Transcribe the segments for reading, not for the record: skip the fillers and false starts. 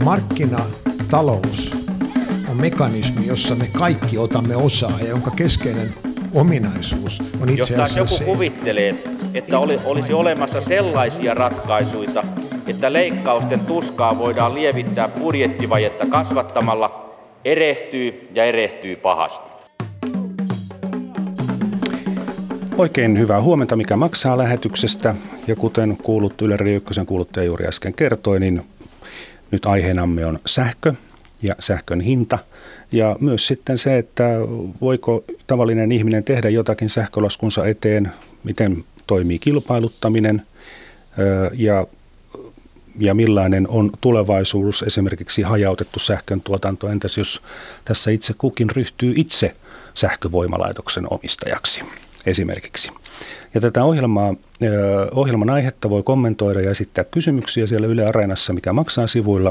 Markkinatalous on mekanismi, jossa me kaikki otamme osaa ja jonka keskeinen ominaisuus on itse asiassa jos joku kuvittelee, että olisi olemassa sellaisia ratkaisuja, että leikkausten tuskaa voidaan lievittää budjettivajetta kasvattamalla, erehtyy pahasti. Oikein hyvää huomenta, mikä maksaa lähetyksestä. Ja kuten kuulut, Yle Radio 1 kuuluttaja juuri äsken kertoi, niin nyt aiheenamme on sähkö ja sähkön hinta. Ja myös sitten se, että voiko tavallinen ihminen tehdä jotakin sähkölaskunsa eteen, miten toimii kilpailuttaminen ja millainen on tulevaisuus, esimerkiksi hajautettu sähkön tuotanto. Entäs jos tässä itse kukin ryhtyy itse sähkövoimalaitoksen omistajaksi esimerkiksi. Ja tätä ohjelman aihetta voi kommentoida ja esittää kysymyksiä siellä Yle Areenassa, mikä maksaa sivuilla.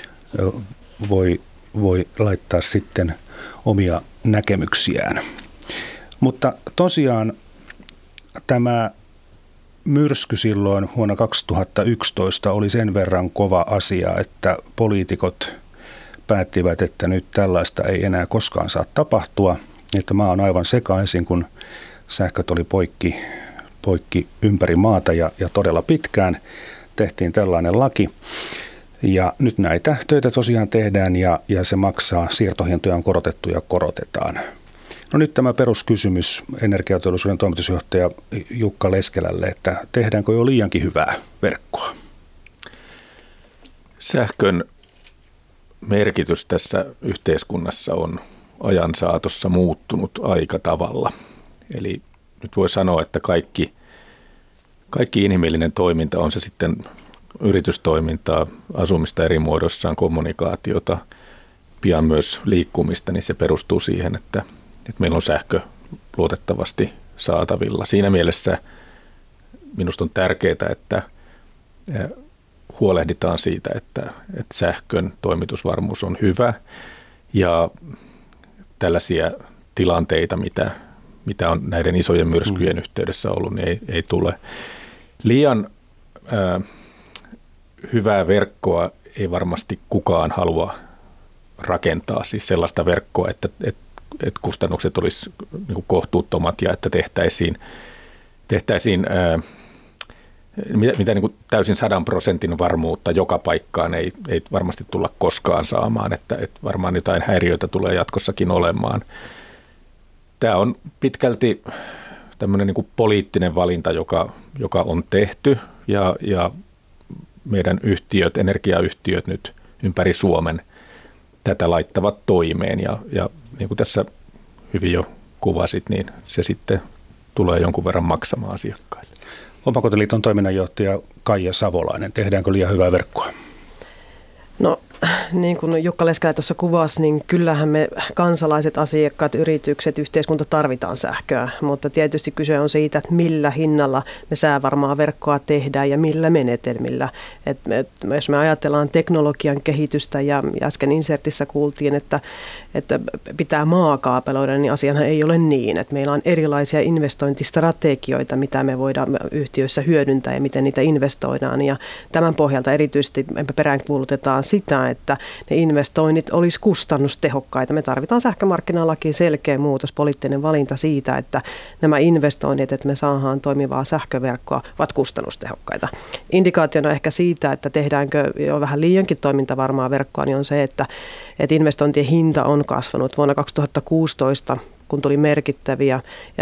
Voi laittaa sitten omia näkemyksiään. Mutta tosiaan tämä myrsky silloin vuonna 2011 oli sen verran kova asia, että poliitikot päättivät, että nyt tällaista ei enää koskaan saa tapahtua. Että maa on aivan sekaisin, kun sähköt oli poikki ympäri maata ja todella pitkään tehtiin tällainen laki. Ja nyt näitä töitä tosiaan tehdään ja se maksaa, siirtohintoja on korotettu ja korotetaan. No nyt tämä peruskysymys energiateollisuuden toimitusjohtaja Jukka Leskelälle, että tehdäänkö jo liiankin hyvää verkkoa? Sähkön merkitys tässä yhteiskunnassa on ajan saatossa muuttunut aika tavalla. Eli nyt voi sanoa, että kaikki inhimillinen toiminta, on se sitten yritystoimintaa, asumista eri muodossaan, kommunikaatiota, pian myös liikkumista, niin se perustuu siihen, että meillä on sähkö luotettavasti saatavilla. Siinä mielessä minusta on tärkeää, että huolehditaan siitä, että sähkön toimitusvarmuus on hyvä ja tällaisia tilanteita, mitä on näiden isojen myrskyjen yhteydessä ollut, niin ei tule. Liian hyvää verkkoa ei varmasti kukaan halua rakentaa, siis sellaista verkkoa, että kustannukset olisi niin kohtuuttomat ja että tehtäisiin mitä niin kuin täysin 100% varmuutta joka paikkaan ei varmasti tulla koskaan saamaan, että varmaan jotain häiriöitä tulee jatkossakin olemaan. Tämä on pitkälti tämmöinen niin kuin poliittinen valinta, joka on tehty ja meidän energiayhtiöt nyt ympäri Suomen tätä laittavat toimeen ja niin kuin tässä hyvin jo kuvasit, niin se sitten tulee jonkun verran maksamaan asiakkaille. Omakotiliiton toiminnanjohtaja Kaija Savolainen, tehdäänkö liian hyvää verkkoa? No niin kuin Jukka Leskelä tuossa kuvasi, niin kyllähän me kansalaiset, asiakkaat, yritykset, yhteiskunta tarvitaan sähköä, mutta tietysti kyse on siitä, että millä hinnalla me säävarmaa verkkoa tehdään ja millä menetelmillä. Jos me ajatellaan teknologian kehitystä ja äsken insertissä kuultiin, että pitää maakaapeloida, niin asiana ei ole niin, että meillä on erilaisia investointistrategioita, mitä me voidaan yhtiöissä hyödyntää ja miten niitä investoidaan ja tämän pohjalta erityisesti me peräänkuulutetaan sitä, että ne investoinnit olisi kustannustehokkaita. Me tarvitaan sähkömarkkinalakiin selkeä muutos, poliittinen valinta siitä, että nämä investoinnit, että me saadaan toimivaa sähköverkkoa, ovat kustannustehokkaita. Indikaationa ehkä siitä, että tehdäänkö jo vähän liiankin toimintavarmaa verkkoa, niin on se, että investointien hinta on kasvanut. Vuonna 2016 kun tuli merkittäviä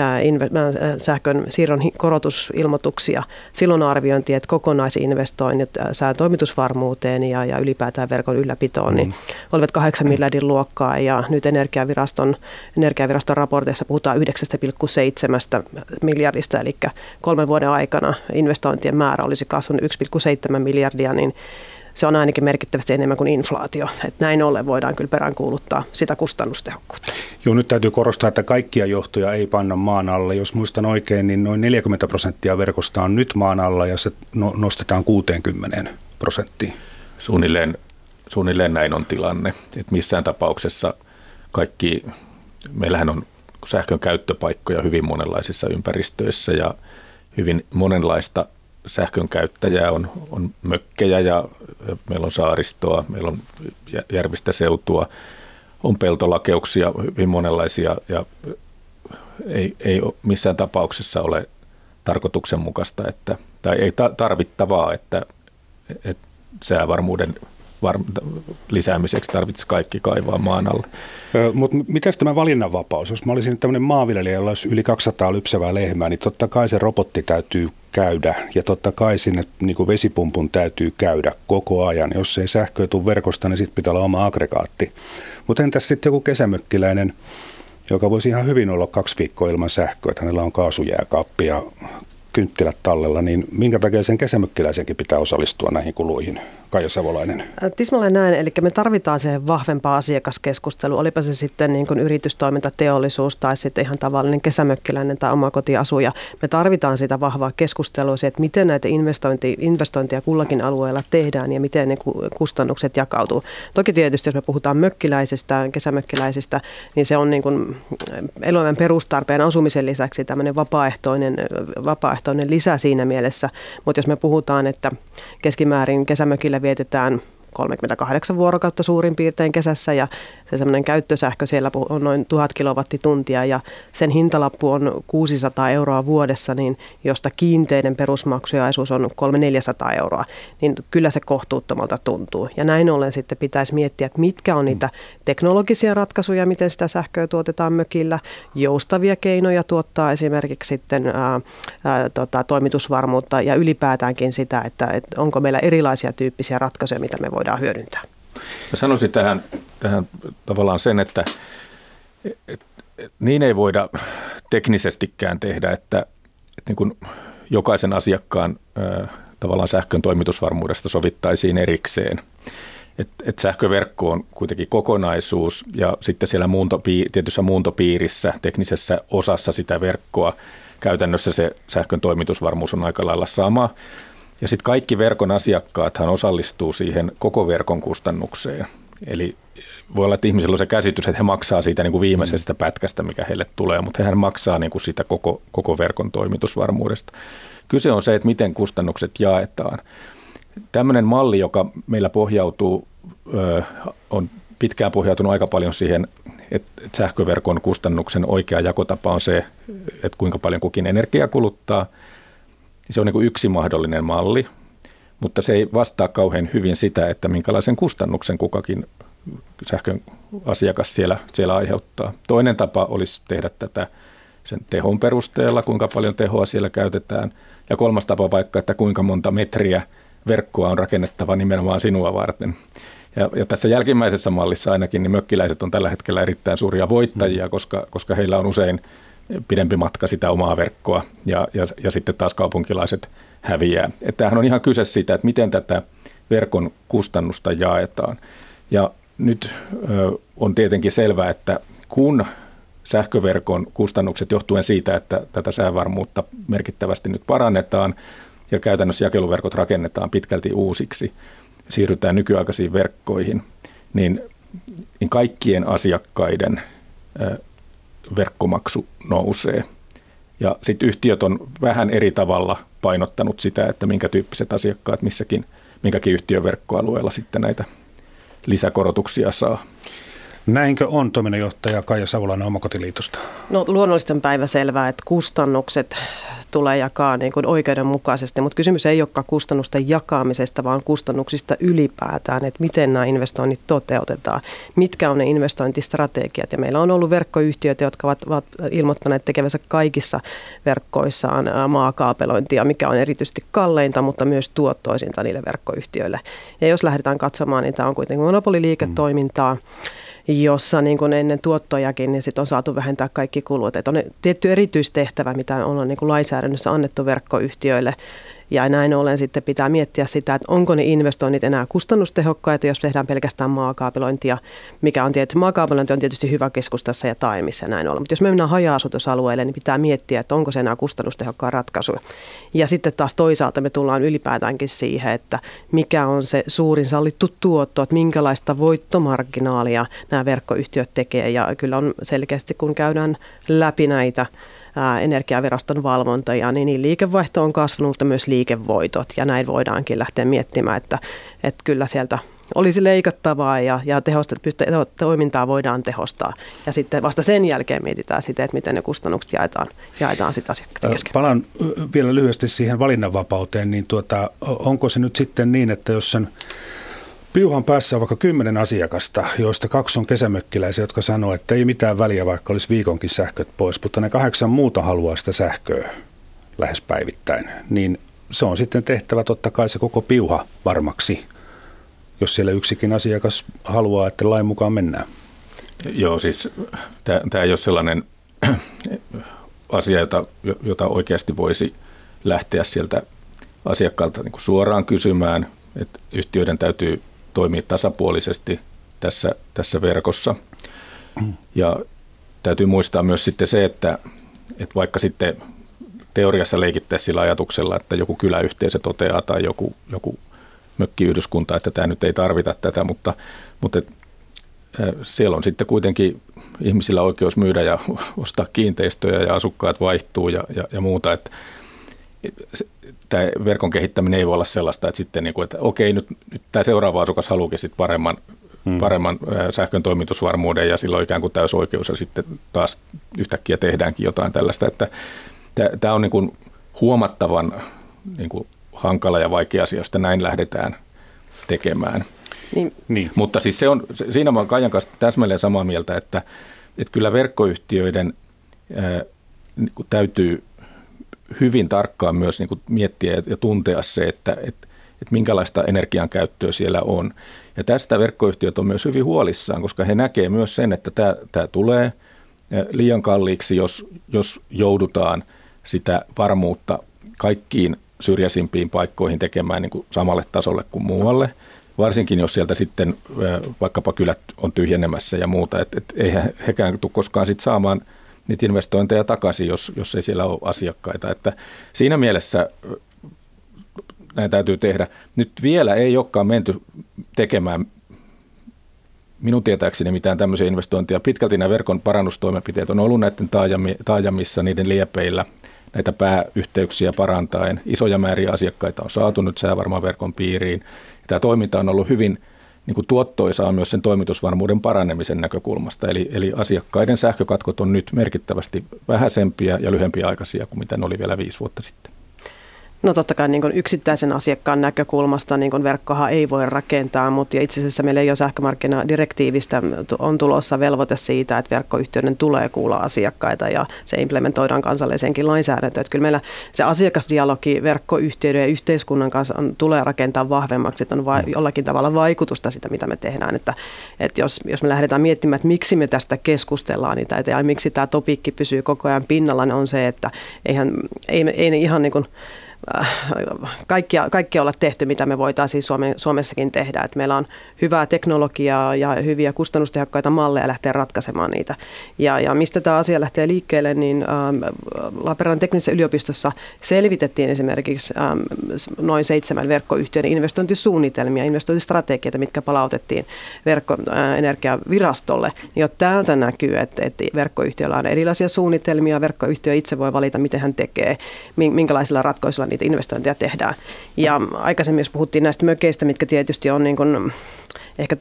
sähkön siirron korotusilmoituksia. Silloin arviointiin, että kokonaisinvestoinnit sään toimitusvarmuuteen ja ylipäätään verkon ylläpitoon niin olivat 8 miljardin luokkaa ja nyt energiaviraston raporteissa puhutaan 9,7 miljardista, eli 3 vuoden aikana investointien määrä olisi kasvanut 1,7 miljardia, niin se on ainakin merkittävästi enemmän kuin inflaatio. Että näin ollen voidaan kyllä peräänkuuluttaa sitä kustannustehokkuutta. Joo, nyt täytyy korostaa, että kaikkia johtoja ei panna maan alle. Jos muistan oikein, niin noin 40% verkosta on nyt maan alla ja se nostetaan 60%. Suunnilleen näin on tilanne. Että missään tapauksessa meillähän on sähkön käyttöpaikkoja hyvin monenlaisissa ympäristöissä ja hyvin monenlaista sähkön käyttäjää, on mökkejä ja meillä on saaristoa, meillä on järvistä seutua, on peltolakeuksia, hyvin monenlaisia ja ei missään tapauksessa ole tarkoituksenmukaista, tai ei tarvittavaa, että säävarmuuden lisäämiseksi tarvitsisi kaikki kaivaa maan alle. Mutta mitäs tämä valinnanvapaus? Jos mä olisin tämmöinen maanviljelijä, jolla olisi yli 200 lypsävää lehmää, niin totta kai se robotti täytyy käydä ja totta kai sinne niin kuin vesipumpun täytyy käydä koko ajan. Jos ei sähköä tule verkosta, niin sitten pitää olla oma aggregaatti. Mutta entäs sitten joku kesämökkiläinen, joka voisi ihan hyvin olla 2 viikkoa ilman sähköä, että hänellä on kaasujääkaappi ja kynttilät tallella, niin minkä takia sen kesämökkiläisenkin pitää osallistua näihin kuluihin? Kaija Savolainen. Tismalleen näin, eli me tarvitaan siihen vahvempaa asiakaskeskustelua, olipa se sitten niin kuin yritystoiminta, teollisuus tai sitten ihan tavallinen kesämökkiläinen tai omakotiasuja. Me tarvitaan sitä vahvaa keskustelua, että miten näitä investointeja kullakin alueella tehdään ja miten ne kustannukset jakautuu. Toki tietysti, jos me puhutaan mökkiläisistä, kesämökkiläisistä, niin se on niin kuin elämän perustarpeen asumisen lisäksi tämmöinen vapaaehtoinen lisä siinä mielessä, mutta jos me puhutaan, että keskimäärin kesämökillä vietetään 38 vuorokautta suurin piirtein kesässä ja se semmoinen käyttösähkö siellä on noin 1000 kilowattituntia ja sen hintalappu on 600 euroa vuodessa, niin josta kiinteinen perusmaksujaisuus on 300-400 euroa, niin kyllä se kohtuuttomalta tuntuu. Ja näin ollen sitten pitäisi miettiä, että mitkä on niitä teknologisia ratkaisuja, miten sitä sähköä tuotetaan mökillä, joustavia keinoja tuottaa esimerkiksi sitten toimitusvarmuutta ja ylipäätäänkin sitä, että onko meillä erilaisia tyyppisiä ratkaisuja, mitä me voidaan hyödyntää. Mä sanoisin tähän tavallaan sen, että niin ei voida teknisestikään tehdä, että niin kuin jokaisen asiakkaan tavallaan sähkön toimitusvarmuudesta sovittaisiin erikseen. Et sähköverkko on kuitenkin kokonaisuus ja sitten siellä tietyssä muuntopiirissä, teknisessä osassa sitä verkkoa, käytännössä se sähkön toimitusvarmuus on aika lailla sama. Ja sitten kaikki verkon asiakkaathan osallistuu siihen koko verkon kustannukseen. Eli voi olla, että ihmisillä on se käsitys, että he maksaa siitä niin kuin viimeisestä pätkästä, mikä heille tulee, mutta hehän maksaa niin kuin sitä koko verkon toimitusvarmuudesta. Kyse on se, että miten kustannukset jaetaan. Tämmöinen malli, joka meillä pohjautuu, on pitkään pohjautunut aika paljon siihen, että sähköverkon kustannuksen oikea jakotapa on se, että kuinka paljon kukin energia kuluttaa. Se on niin kuin yksi mahdollinen malli, mutta se ei vastaa kauhean hyvin sitä, että minkälaisen kustannuksen kukakin sähkön asiakas siellä aiheuttaa. Toinen tapa olisi tehdä tätä sen tehon perusteella, kuinka paljon tehoa siellä käytetään. Ja kolmas tapa vaikka, että kuinka monta metriä verkkoa on rakennettava nimenomaan sinua varten. Ja tässä jälkimmäisessä mallissa ainakin niin mökkiläiset on tällä hetkellä erittäin suuria voittajia, koska heillä on usein pidempi matka sitä omaa verkkoa ja sitten taas kaupunkilaiset häviää. Että tämähän on ihan kyse siitä, että miten tätä verkon kustannusta jaetaan. Ja nyt on tietenkin selvää, että kun sähköverkon kustannukset johtuen siitä, että tätä säävarmuutta merkittävästi nyt parannetaan ja käytännössä jakeluverkot rakennetaan pitkälti uusiksi, siirrytään nykyaikaisiin verkkoihin, niin kaikkien asiakkaiden verkkomaksu nousee. Ja sitten yhtiöt on vähän eri tavalla painottanut sitä, että minkä tyyppiset asiakkaat minkäkin yhtiön verkkoalueella sitten näitä lisäkorotuksia saa. Näinkö on, toiminnanjohtaja Kaija Savolainen Omakotiliitosta? No luonnollisesti on päivänselvää, että kustannukset tulee jakaa niin kuin oikeudenmukaisesti, mutta kysymys ei olekaan kustannusten jakamisesta, vaan kustannuksista ylipäätään, että miten nämä investoinnit toteutetaan, mitkä on ne investointistrategiat. Ja meillä on ollut verkkoyhtiöitä, jotka ovat ilmoittaneet tekevänsä kaikissa verkkoissaan maakaapelointia, mikä on erityisesti kalleinta, mutta myös tuottoisinta niille verkkoyhtiöille. Ja jos lähdetään katsomaan, niin tämä on kuitenkin monopoliliiketoimintaa, jossa niin kuin ennen tuottojakin niin sit on saatu vähentää kaikki kulut. Et on tietty erityistehtävä, mitä on niin kuin lainsäädännössä annettu verkkoyhtiöille. Ja näin ollen sitten pitää miettiä sitä, että onko ne investoinnit enää kustannustehokkaita, jos tehdään pelkästään maakaapelointia, mikä on tietysti, maakaapelointi on tietysti hyvä keskustassa ja taimissa näin ollen. Mutta jos me mennään haja-asutusalueelle, niin pitää miettiä, että onko se enää kustannustehokkaan ratkaisu. Ja sitten taas toisaalta me tullaan ylipäätäänkin siihen, että mikä on se suurin sallittu tuotto, että minkälaista voittomarginaalia nämä verkkoyhtiöt tekee. Ja kyllä on selkeästi, kun käydään läpi näitä energiaviraston valvontoja, niin liikevaihto on kasvanut, mutta myös liikevoitot. Ja näin voidaankin lähteä miettimään, että kyllä sieltä olisi leikattavaa ja toimintaa voidaan tehostaa. Ja sitten vasta sen jälkeen mietitään sitä, että miten ne kustannukset jaetaan sitten asiakkaiden kesken. Palaan vielä lyhyesti siihen valinnanvapauteen. Niin onko se nyt sitten niin, että jos sen piuhan päässä on vaikka 10 asiakasta, joista 2 on kesämökkiläisiä, jotka sanoo, että ei mitään väliä, vaikka olisi viikonkin sähköt pois, mutta ne 8 muuta haluaa sitä sähköä lähes päivittäin, niin se on sitten tehtävä totta kai se koko piuha varmaksi, jos siellä yksikin asiakas haluaa, että lain mukaan mennään. Joo, siis tämä ei ole sellainen asia, jota oikeasti voisi lähteä sieltä asiakkaalta niin kuin suoraan kysymään, että yhtiöiden täytyy toimia tasapuolisesti tässä verkossa. Ja täytyy muistaa myös sitten se, että vaikka sitten teoriassa leikittäisiin sillä ajatuksella, että joku kyläyhteisö toteaa tai joku mökkiyhdyskunta, että tämä nyt ei tarvita tätä, mutta siellä on sitten kuitenkin ihmisillä oikeus myydä ja ostaa kiinteistöjä ja asukkaat vaihtuu ja muuta, että tämä verkon kehittäminen ei voi olla sellaista, että sitten että okei, nyt tämä seuraava asukas haluukin sitten paremman sähkön toimitusvarmuuden ja silloin ikään kuin täysoikeus ja sitten taas yhtäkkiä tehdäänkin jotain tällaista, että tämä on niin kuin huomattavan niin kuin hankala ja vaikea asia, josta näin lähdetään tekemään. Niin. Mutta siis siinä mä olen Kaijan kanssa täsmälleen samaa mieltä, että kyllä verkkoyhtiöiden täytyy hyvin tarkkaan myös niin kuin miettiä ja tuntea se, että minkälaista energian käyttöä siellä on. Ja tästä verkkoyhtiöt on myös hyvin huolissaan, koska he näkevät myös sen, että tämä tulee liian kalliiksi, jos joudutaan sitä varmuutta kaikkiin syrjäisimpiin paikkoihin tekemään niin kuin samalle tasolle kuin muualle. Varsinkin jos sieltä sitten vaikkapa kylät on tyhjenemässä ja muuta, että eihän hekään tule koskaan sitten saamaan niitä investointeja takaisin, jos ei siellä ole asiakkaita. Että siinä mielessä näin täytyy tehdä. Nyt vielä ei olekaan menty tekemään minun tietääkseni mitään tämmöisiä investointeja. Pitkälti nämä verkon parannustoimenpiteet on ollut näiden taajamissa, niiden liepeillä, näitä pääyhteyksiä parantaen. Isoja määriä asiakkaita on saatu nyt säävarmaverkon piiriin. Tämä toiminta on ollut hyvin niin kuin tuottoisaa myös sen toimitusvarmuuden paranemisen näkökulmasta. Eli asiakkaiden sähkökatkot on nyt merkittävästi vähäisempiä ja lyhyempiaikaisia kuin mitä ne oli vielä 5 vuotta sitten. No totta kai niin kuin yksittäisen asiakkaan näkökulmasta niin kuin verkkohan ei voi rakentaa, mutta itse asiassa meillä ei ole sähkömarkkinadirektiivistä on tulossa velvoite siitä, että verkkoyhtiöiden tulee kuulla asiakkaita ja se implementoidaan kansalliseenkin lainsäädäntöön. Että kyllä meillä se asiakasdialogi verkkoyhtiöiden ja yhteiskunnan kanssa tulee rakentaa vahvemmaksi, että on jollakin tavalla vaikutusta sitä, mitä me tehdään. Että jos me lähdetään miettimään, että miksi me tästä keskustellaan ja miksi tämä topiikki pysyy koko ajan pinnalla, niin on se, että ei ne ihan niin kuin kaikkia olla tehty, mitä me voitaisiin Suomessakin tehdä. Että meillä on hyvää teknologiaa ja hyviä kustannustehokkaita malleja lähteä ratkaisemaan niitä. Ja mistä tämä asia lähtee liikkeelle, niin Lappeenrannan teknisessä yliopistossa selvitettiin esimerkiksi noin 7 verkkoyhtiöiden investointisuunnitelmia, investointistrategioita, mitkä palautettiin verkkoenergiavirastolle. Jo täältä näkyy, että verkkoyhtiöillä on erilaisia suunnitelmia, verkkoyhtiö itse voi valita, miten hän tekee, minkälaisilla ratkaisuilla niitä investointeja tehdään. Ja aikaisemmin, jos puhuttiin näistä mökeistä, mitkä tietysti on niin kuin ehkä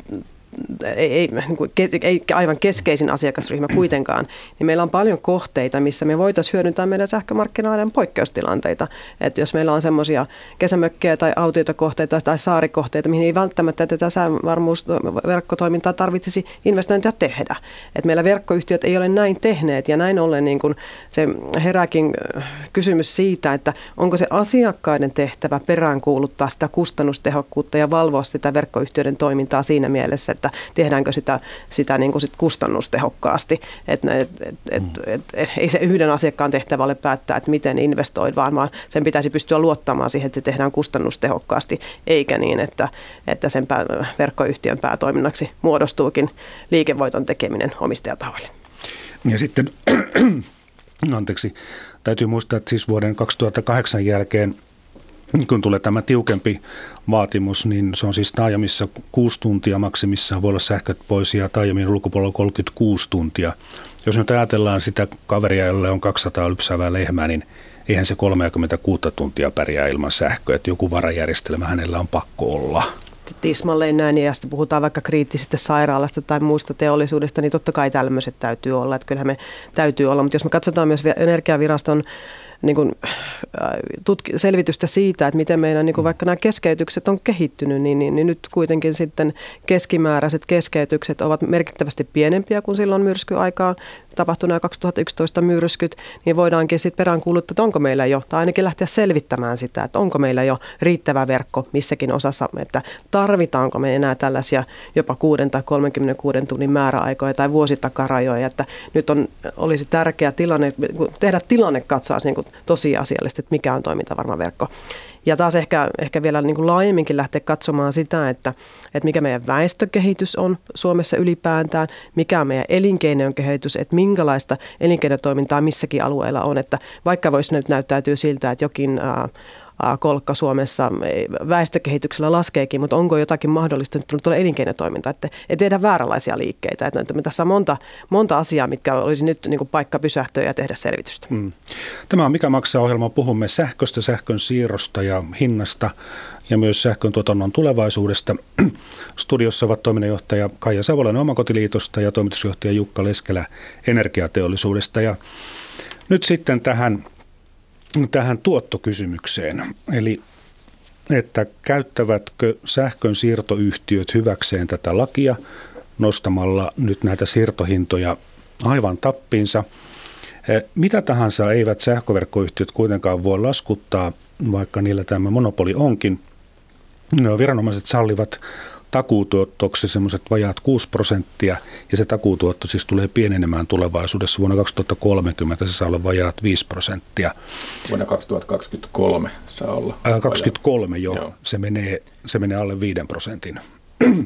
ei aivan keskeisin asiakasryhmä kuitenkaan, niin meillä on paljon kohteita, missä me voitaisiin hyödyntää meidän sähkömarkkinoiden poikkeustilanteita. Että jos meillä on semmoisia kesämökkejä tai autiokohteita tai saarikohteita, mihin ei välttämättä tätä säävarmuusverkkotoimintaa tarvitsisi investointia tehdä. Että meillä verkkoyhtiöt ei ole näin tehneet ja näin ollen niin kun se herääkin kysymys siitä, että onko se asiakkaiden tehtävä peräänkuuluttaa sitä kustannustehokkuutta ja valvoa sitä verkkoyhtiöiden toimintaa siinä mielessä, että tehdäänkö sitä niin kuin sit kustannustehokkaasti. Ei se yhden asiakkaan tehtävä ole päättää, että miten investoi, vaan sen pitäisi pystyä luottamaan siihen, että se tehdään kustannustehokkaasti, eikä niin, että sen verkkoyhtiön päätoiminnaksi muodostuukin liikevoiton tekeminen omistajatahoille. Ja sitten, täytyy muistaa, että siis vuoden 2008 jälkeen kun tulee tämä tiukempi vaatimus, niin se on siis taajamissa 6 tuntia maksimissaan, voi olla sähköt pois ja taajamien ulkopuolella 36 tuntia. Jos nyt ajatellaan sitä kaveria, jolle on 200 lypsävää lehmää, niin eihän se 36 tuntia pärjää ilman sähköä, että joku varajärjestelmä hänellä on pakko olla. Tismalleen näin, ja sitten puhutaan vaikka kriittisestä sairaalasta tai muusta teollisuudesta, niin totta kai tämmöiset täytyy olla, että kyllähän me täytyy olla, mutta jos me katsotaan myös Energiaviraston niin kuin, selvitystä siitä, että miten meidän niin kuin vaikka nämä keskeytykset on kehittynyt, niin nyt kuitenkin sitten keskimääräiset keskeytykset ovat merkittävästi pienempiä kuin silloin myrskyaikaa tapahtunut 2011 myrskyt, niin voidaankin sitten peräänkuuluttaa, että onko meillä jo, tai ainakin lähteä selvittämään sitä, että onko meillä jo riittävä verkko missäkin osassa, että tarvitaanko me enää tällaisia jopa 6 tai 36 tunnin määräaikoja tai vuositakarajoja, että nyt olisi tärkeä tehdä tilannekatsaus niin kuin tosiasiallisesti, että mikä on toimintavarma verkko. Ja taas ehkä vielä niin kuin laajemminkin lähteä katsomaan sitä, että mikä meidän väestökehitys on Suomessa ylipäätään, mikä on meidän elinkeinojen kehitys, että minkälaista elinkeinotoimintaa missäkin alueella on. Että vaikka voisi nyt näyttäytyy siltä, että jokin kolkka Suomessa väestökehityksellä laskeekin, mutta onko jotakin mahdollista tuolla elinkeinotoimintaa, että ei tehdä vääränlaisia liikkeitä. Että me tässä on monta asiaa, mitkä olisi nyt niin kuin paikka pysähtyä ja tehdä selvitystä. Tämä on Mikä maksaa -ohjelma. Puhumme sähköstä, sähkön siirrosta ja hinnasta ja myös sähkön tuotannon tulevaisuudesta. Studiossa ovat toiminnanjohtaja Kaija Savolainen Omakotiliitosta ja toimitusjohtaja Jukka Leskelä Energiateollisuudesta. Ja nyt sitten tähän tuottokysymykseen, eli että käyttävätkö sähkön siirtoyhtiöt hyväkseen tätä lakia nostamalla nyt näitä siirtohintoja aivan tappiinsa. Mitä tahansa eivät sähköverkkoyhtiöt kuitenkaan voi laskuttaa, vaikka niillä tämä monopoli onkin. Viranomaiset sallivat takuutuottoksi semmoiset vajaat 6%, ja se takuutuotto siis tulee pienenemään tulevaisuudessa. Vuonna 2030 se saa olla vajaat 5%. Vuonna 2023 saa olla. 23 joo. Se menee alle 5%.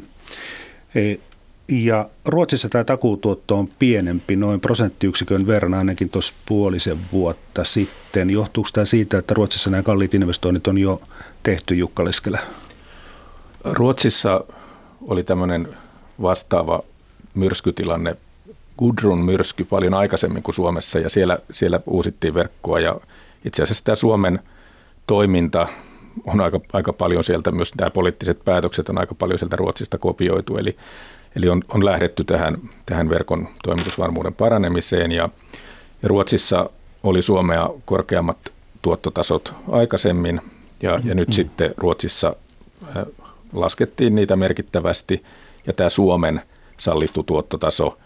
Ja Ruotsissa tämä takuutuotto on pienempi, noin prosenttiyksikön verran ainakin tuossa puolisen vuotta sitten. Johtuuko tämä siitä, että Ruotsissa nämä kalliit investoinnit on jo tehty, Jukka Leskelä? Ruotsissa oli tämmöinen vastaava myrskytilanne, Gudrun myrsky, paljon aikaisemmin kuin Suomessa, ja siellä uusittiin verkkoa, ja itse asiassa tämä Suomen toiminta on aika paljon sieltä, myös nämä poliittiset päätökset on aika paljon sieltä Ruotsista kopioitu, eli on lähdetty tähän verkon toimitusvarmuuden paranemiseen, ja Ruotsissa oli Suomea korkeammat tuottotasot aikaisemmin, ja nyt sitten Ruotsissa laskettiin niitä merkittävästi, ja tämä Suomen sallittu tuottotaso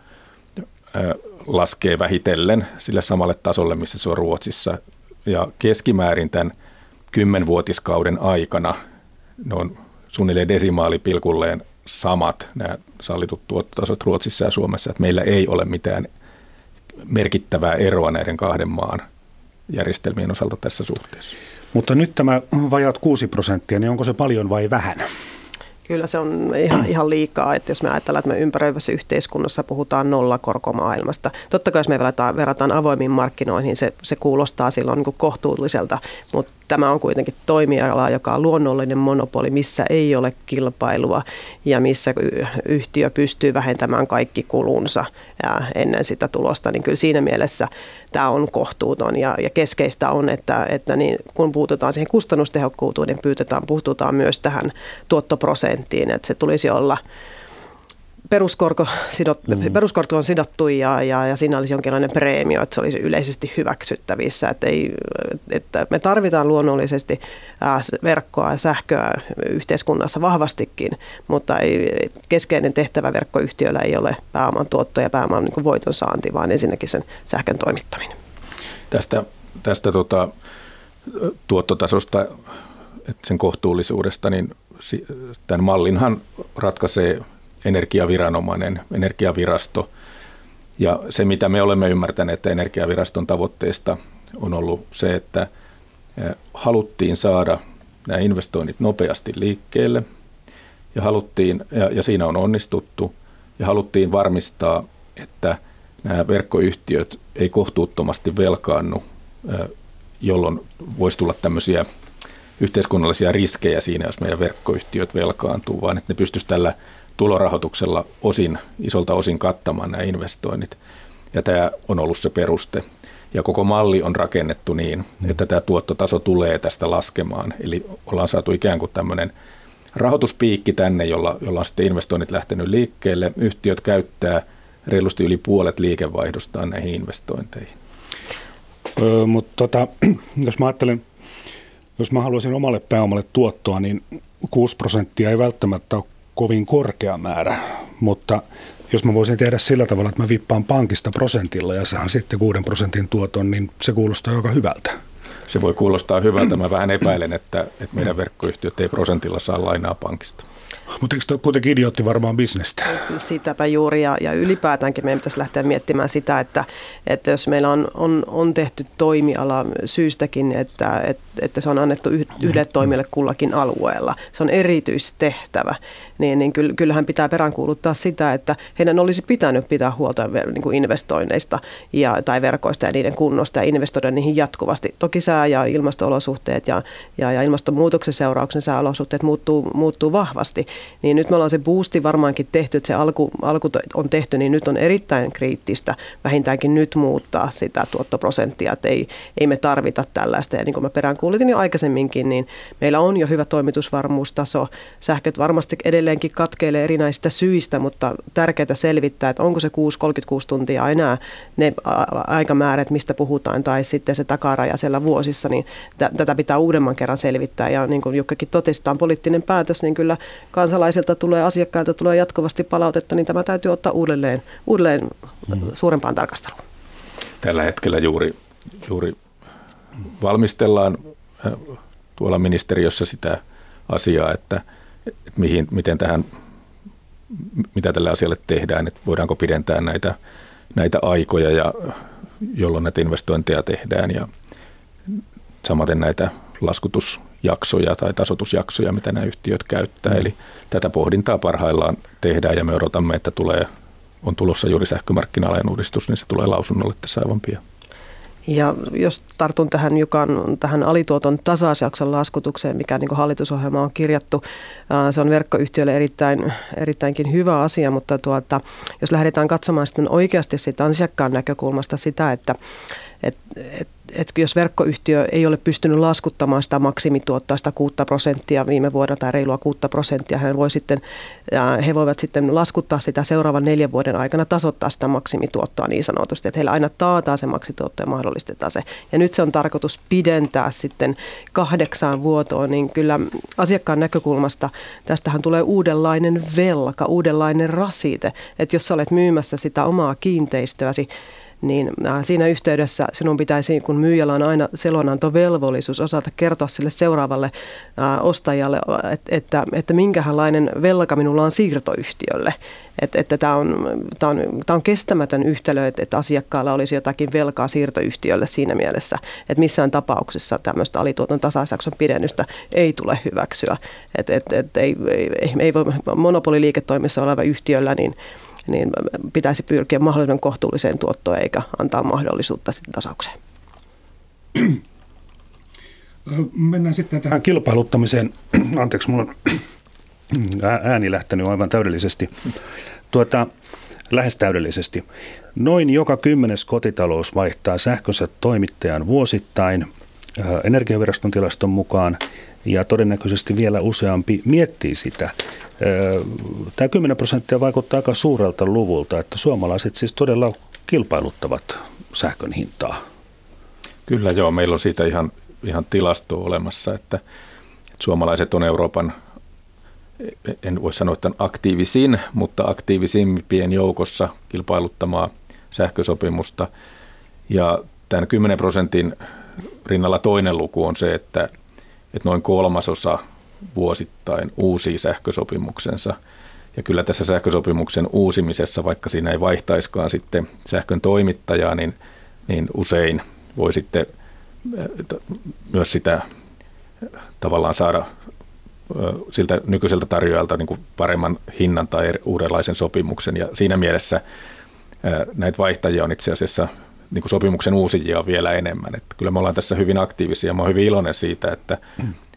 laskee vähitellen sille samalle tasolle, missä se on Ruotsissa. Ja keskimäärin tämän 10-vuotiskauden aikana ne on suunnilleen desimaalipilkulleen samat nämä sallitut tuottotasot Ruotsissa ja Suomessa, että meillä ei ole mitään merkittävää eroa näiden kahden maan järjestelmien osalta tässä suhteessa. Mutta nyt tämä vajaat 6%, niin onko se paljon vai vähän? Kyllä se on ihan liikaa, että jos me ajatellaan, että me ympäröivässä yhteiskunnassa puhutaan nollakorkomaailmasta. Totta kai jos me verrataan avoimiin markkinoihin, se kuulostaa silloin niin kuin kohtuulliselta, mutta tämä on kuitenkin toimiala, joka on luonnollinen monopoli, missä ei ole kilpailua ja missä yhtiö pystyy vähentämään kaikki kulunsa ennen sitä tulosta, niin kyllä siinä mielessä tämä on kohtuuton ja keskeistä on, että niin, kun puututaan siihen kustannustehokkuuteen, niin puututaan myös tähän tuottoprosenttiin, että se tulisi olla peruskorko on sidottu ja siinä olisi jonkinlainen preemio, että se olisi yleisesti hyväksyttävissä. Että me tarvitaan luonnollisesti verkkoa ja sähköä yhteiskunnassa vahvastikin, mutta keskeinen tehtävä verkkoyhtiöllä ei ole pääoman tuotto ja pääoman niin kuin voiton saanti, vaan ensinnäkin sen sähkön toimittaminen. Tästä tuottotasosta, sen kohtuullisuudesta, niin tämän mallinhan ratkaisee energiaviranomainen, energiavirasto. Ja se, mitä me olemme ymmärtäneet, että energiaviraston tavoitteesta on ollut se, että haluttiin saada nämä investoinnit nopeasti liikkeelle ja siinä on onnistuttu ja haluttiin varmistaa, että nämä verkkoyhtiöt ei kohtuuttomasti velkaannu, jolloin voisi tulla tämmöisiä yhteiskunnallisia riskejä siinä, jos meidän verkkoyhtiöt velkaantuu, vaan että ne pystyisi tällä tulorahoituksella isolta osin kattamaan nämä investoinnit. Ja tämä on ollut se peruste. Ja koko malli on rakennettu niin, että tämä tuottotaso tulee tästä laskemaan. Eli ollaan saatu ikään kuin tämmöinen rahoituspiikki tänne, jolla on sitten investoinnit lähtenyt liikkeelle. Yhtiöt käyttää reilusti yli puolet liikevaihdostaan näihin investointeihin. Mutta jos mä haluaisin omalle pääomalle tuottoa, niin 6% ei välttämättä ole kovin korkea määrä, mutta jos mä voisin tehdä sillä tavalla, että mä vippaan pankista prosentilla ja saan sitten 6% tuoton, niin se kuulostaa aika hyvältä. Se voi kuulostaa hyvältä. Mä vähän epäilen, että meidän verkkoyhtiöt ei prosentilla saa lainaa pankista. Mutta eikö tuo kuitenkin idiootti varmaan bisnestä? Sitäpä juuri, ja ylipäätäänkin meidän pitäisi lähteä miettimään sitä, että jos meillä on tehty toimiala syystäkin, että se on annettu yhdelle toimijalle kullakin alueella, se on erityistehtävä, niin kyllähän pitää peräänkuuluttaa sitä, että heidän olisi pitänyt pitää huolta niin kuin investoinneista tai verkoista ja niiden kunnosta ja investoida niihin jatkuvasti. Toki sää- ja ilmasto-olosuhteet ja ilmastonmuutoksen seurauksen sääolosuhteet muuttuu vahvasti. Niin nyt me ollaan se boosti varmaankin tehty, että se alku on tehty, niin nyt on erittäin kriittistä vähintäänkin nyt muuttaa sitä tuottoprosenttia, että ei me tarvita tällaista. Ja niin kuin mä peräänkuulutin jo aikaisemminkin, niin meillä on jo hyvä toimitusvarmuustaso. Sähköt varmasti edelleenkin katkeilee erinäisistä syistä, mutta tärkeää selvittää, että onko se 36 tuntia enää ne aikamäärät, mistä puhutaan, tai sitten se takaraja siellä vuosissa, niin tätä pitää uudemman kerran selvittää. Ja niin kuin Jukkakin totesi, tämä on poliittinen päätös, niin kyllä kansalaisilta tulee, asiakkailta tulee jatkuvasti palautetta, niin tämä täytyy ottaa uudelleen suurempaan tarkasteluun. Tällä hetkellä juuri valmistellaan tuolla ministeriössä sitä asiaa, että mitä tälle asialle tehdään, että voidaanko pidentää näitä aikoja, ja jolloin näitä investointeja tehdään, ja samaten näitä laskutusjaksoja tai tasoitusjaksoja, mitä nämä yhtiöt käyttää. Eli tätä pohdintaa parhaillaan tehdään, ja me odotamme, että on tulossa juuri sähkömarkkina-alain uudistus, niin se tulee lausunnolle tässä aivan pian. Ja jos tartun tähän alituoton tasausjakson laskutukseen, mikä niin kuin hallitusohjelma on kirjattu, se on verkkoyhtiöille erittäinkin hyvä asia, mutta jos lähdetään katsomaan sitten oikeasti siitä asiakkaan näkökulmasta sitä, että jos verkkoyhtiö ei ole pystynyt laskuttamaan sitä maksimituottoa, sitä 6% viime vuonna tai reilua 6%, he voivat sitten laskuttaa sitä seuraavan 4 vuoden aikana, tasoittaa sitä maksimituottoa niin sanotusti, että heillä aina taataan se maksimituotto ja mahdollistetaan se. Ja nyt se on tarkoitus pidentää sitten 8 vuotoon, niin kyllä asiakkaan näkökulmasta tästähän tulee uudenlainen velka, uudenlainen rasite, että jos sä olet myymässä sitä omaa kiinteistöäsi, niin siinä yhteydessä sinun pitäisi, kun myyjällä on aina selonantovelvollisuus, osata kertoa sille seuraavalle ostajalle, että minkälainen velka minulla on siirtoyhtiölle. Että tämä on kestämätön yhtälö, että asiakkaalla olisi jotakin velkaa siirtoyhtiölle siinä mielessä, että missään tapauksessa tämmöistä alituoton tasausjakson pidennystä ei tule hyväksyä. Ei voi monopoliliiketoimissa oleva yhtiöllä, niin pitäisi pyrkiä mahdollisimman kohtuulliseen tuottoon eikä antaa mahdollisuutta sitten tasaukseen. Mennään sitten tähän kilpailuttamiseen. Anteeksi, mulla on ääni lähtenyt aivan täydellisesti. Lähes täydellisesti. Noin joka 10. kotitalous vaihtaa sähkönsä toimittajan vuosittain Energiaviraston tilaston mukaan, ja todennäköisesti vielä useampi miettii sitä. Tämä 10% vaikuttaa aika suurelta luvulta, että suomalaiset siis todella kilpailuttavat sähkön hintaa. Kyllä joo, meillä on siitä ihan tilasto olemassa, että suomalaiset on Euroopan, en voi sanoa, että on aktiivisin, mutta aktiivisimpien joukossa kilpailuttamaa sähkösopimusta. Ja tämän 10% rinnalla toinen luku on se, että noin 1/3 vuosittain uusii sähkösopimuksensa. Ja kyllä tässä sähkösopimuksen uusimisessa, vaikka siinä ei vaihtaiskaan sitten sähkön toimittajaa, niin usein voi sitten myös sitä tavallaan saada siltä nykyiseltä tarjoajalta niin kuin paremman hinnan tai uudenlaisen sopimuksen. Ja siinä mielessä näitä vaihtajia on itse asiassa niin kuin sopimuksen uusijia on vielä enemmän. Että kyllä me ollaan tässä hyvin aktiivisia. Mä oon hyvin iloinen siitä, että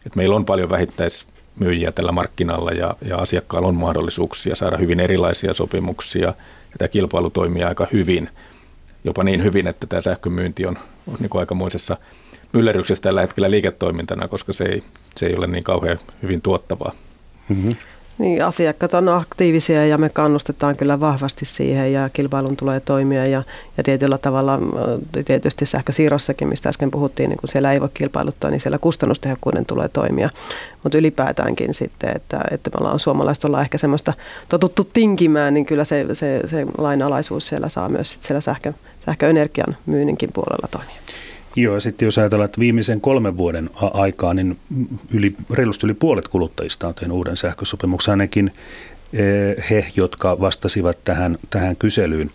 että meillä on paljon vähittäismyyjiä tällä markkinalla ja asiakkaalla on mahdollisuuksia saada hyvin erilaisia sopimuksia ja tämä kilpailu toimii aika hyvin, jopa niin hyvin, että tämä sähkömyynti on niin kuin aikamoisessa myllerryksessä tällä hetkellä liiketoimintana, koska se ei ole niin kauhean hyvin tuottavaa. Mm-hmm. Niin, asiakkaat on aktiivisia ja me kannustetaan kyllä vahvasti siihen ja kilpailun tulee toimia ja tietyllä tavalla tietysti sähkösiirrossakin, mistä äsken puhuttiin, niin kun siellä ei voi kilpailuttaa, niin siellä kustannustehokkuuden tulee toimia. Mutta ylipäätäänkin sitten, että me suomalaiset ollaan ehkä semmoista totuttu tinkimään, niin kyllä se lainalaisuus siellä saa myös sit siellä sähköenergian myynninkin puolella toimia. Joo, ja sitten jos ajatellaan, että viimeisen 3 vuoden aikaa, niin reilusti yli puolet kuluttajista on tehnyt uuden sähkösopimuksen, ainakin he, jotka vastasivat tähän kyselyyn.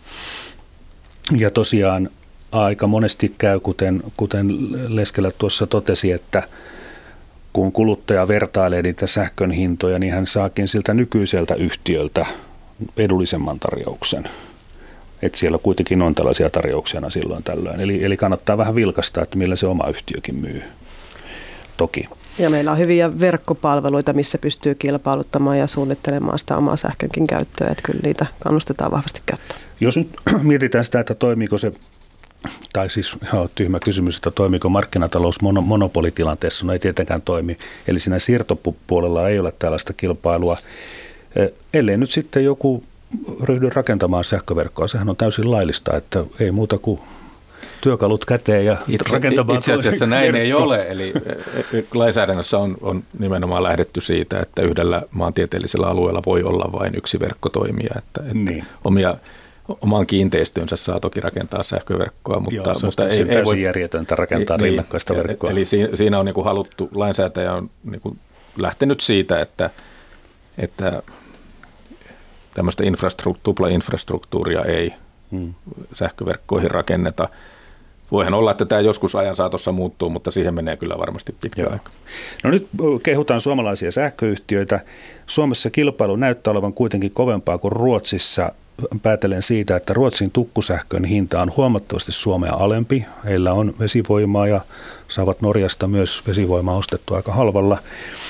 Ja tosiaan aika monesti käy, kuten Leskelä tuossa totesi, että kun kuluttaja vertailee niitä sähkön hintoja, niin hän saakin siltä nykyiseltä yhtiöltä edullisemman tarjouksen. Että siellä kuitenkin on tällaisia tarjouksia silloin tällöin. Eli kannattaa vähän vilkastaa, että millä se oma yhtiökin myy. Toki. Ja meillä on hyviä verkkopalveluita, missä pystyy kilpailuttamaan ja suunnittelemaan sitä omaa sähkönkin käyttöä. Että kyllä niitä kannustetaan vahvasti käyttöön. Jos nyt mietitään sitä, että toimiiko se, tai siis tyhmä kysymys, että toimiiko markkinatalous monopolitilanteessa, no ei tietenkään toimi. Eli siinä siirtopuolella ei ole tällaista kilpailua. Ellei nyt sitten joku ryhdy rakentamaan sähköverkkoa. Sehän on täysin laillista, että ei muuta kuin työkalut käteen ja rakentamaan. Itse asiassa näin ei ole. Eli lainsäädännössä on nimenomaan lähdetty siitä, että yhdellä maantieteellisellä alueella voi olla vain yksi verkkotoimija. Että niin. Omaan kiinteistönsä saa toki rakentaa sähköverkkoa, mutta ei täysin voi järjetöntä rakentaa rinnakkaista verkkoa. Eli siinä on niin kuin haluttu, lainsäätäjä on niin kuin lähtenyt siitä, että tämmöistä tuplainfrastruktuuria ei sähköverkkoihin rakenneta. Voihan olla, että tämä joskus ajan saatossa muuttuu, mutta siihen menee kyllä varmasti pitkä aika. No nyt kehutaan suomalaisia sähköyhtiöitä. Suomessa kilpailu näyttää olevan kuitenkin kovempaa kuin Ruotsissa. Päätellen siitä, että Ruotsin tukkusähkön hinta on huomattavasti Suomea alempi. Heillä on vesivoimaa ja saavat Norjasta myös vesivoimaa ostettua aika halvalla.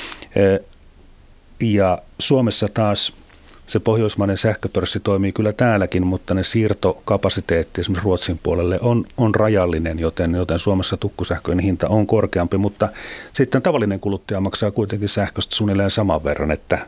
Ja Suomessa taas se pohjoismainen sähköpörssi toimii kyllä täälläkin, mutta ne siirtokapasiteetti esimerkiksi Ruotsin puolelle on rajallinen, joten Suomessa tukkusähkön hinta on korkeampi, mutta sitten tavallinen kuluttaja maksaa kuitenkin sähköstä suunnilleen saman verran, että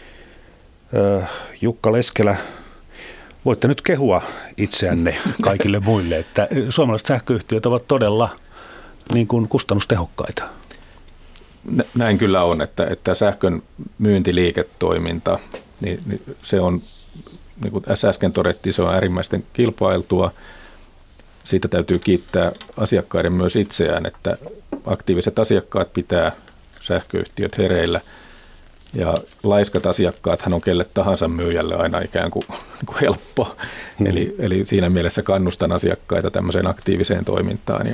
Jukka Leskelä, voitte nyt kehua itseänne kaikille muille, että suomalaiset sähköyhtiöt ovat todella niin kuin kustannustehokkaita. Näin kyllä on, että sähkön myyntiliiketoiminta, niin se on, niin kuin äsken todettiin, se on äärimmäisten kilpailtua. Siitä täytyy kiittää asiakkaiden myös itseään, että aktiiviset asiakkaat pitää sähköyhtiöt hereillä. Ja laiskat asiakkaathan on kelle tahansa myyjälle aina ikään kuin helppo. Eli siinä mielessä kannustan asiakkaita tämmöiseen aktiiviseen toimintaan.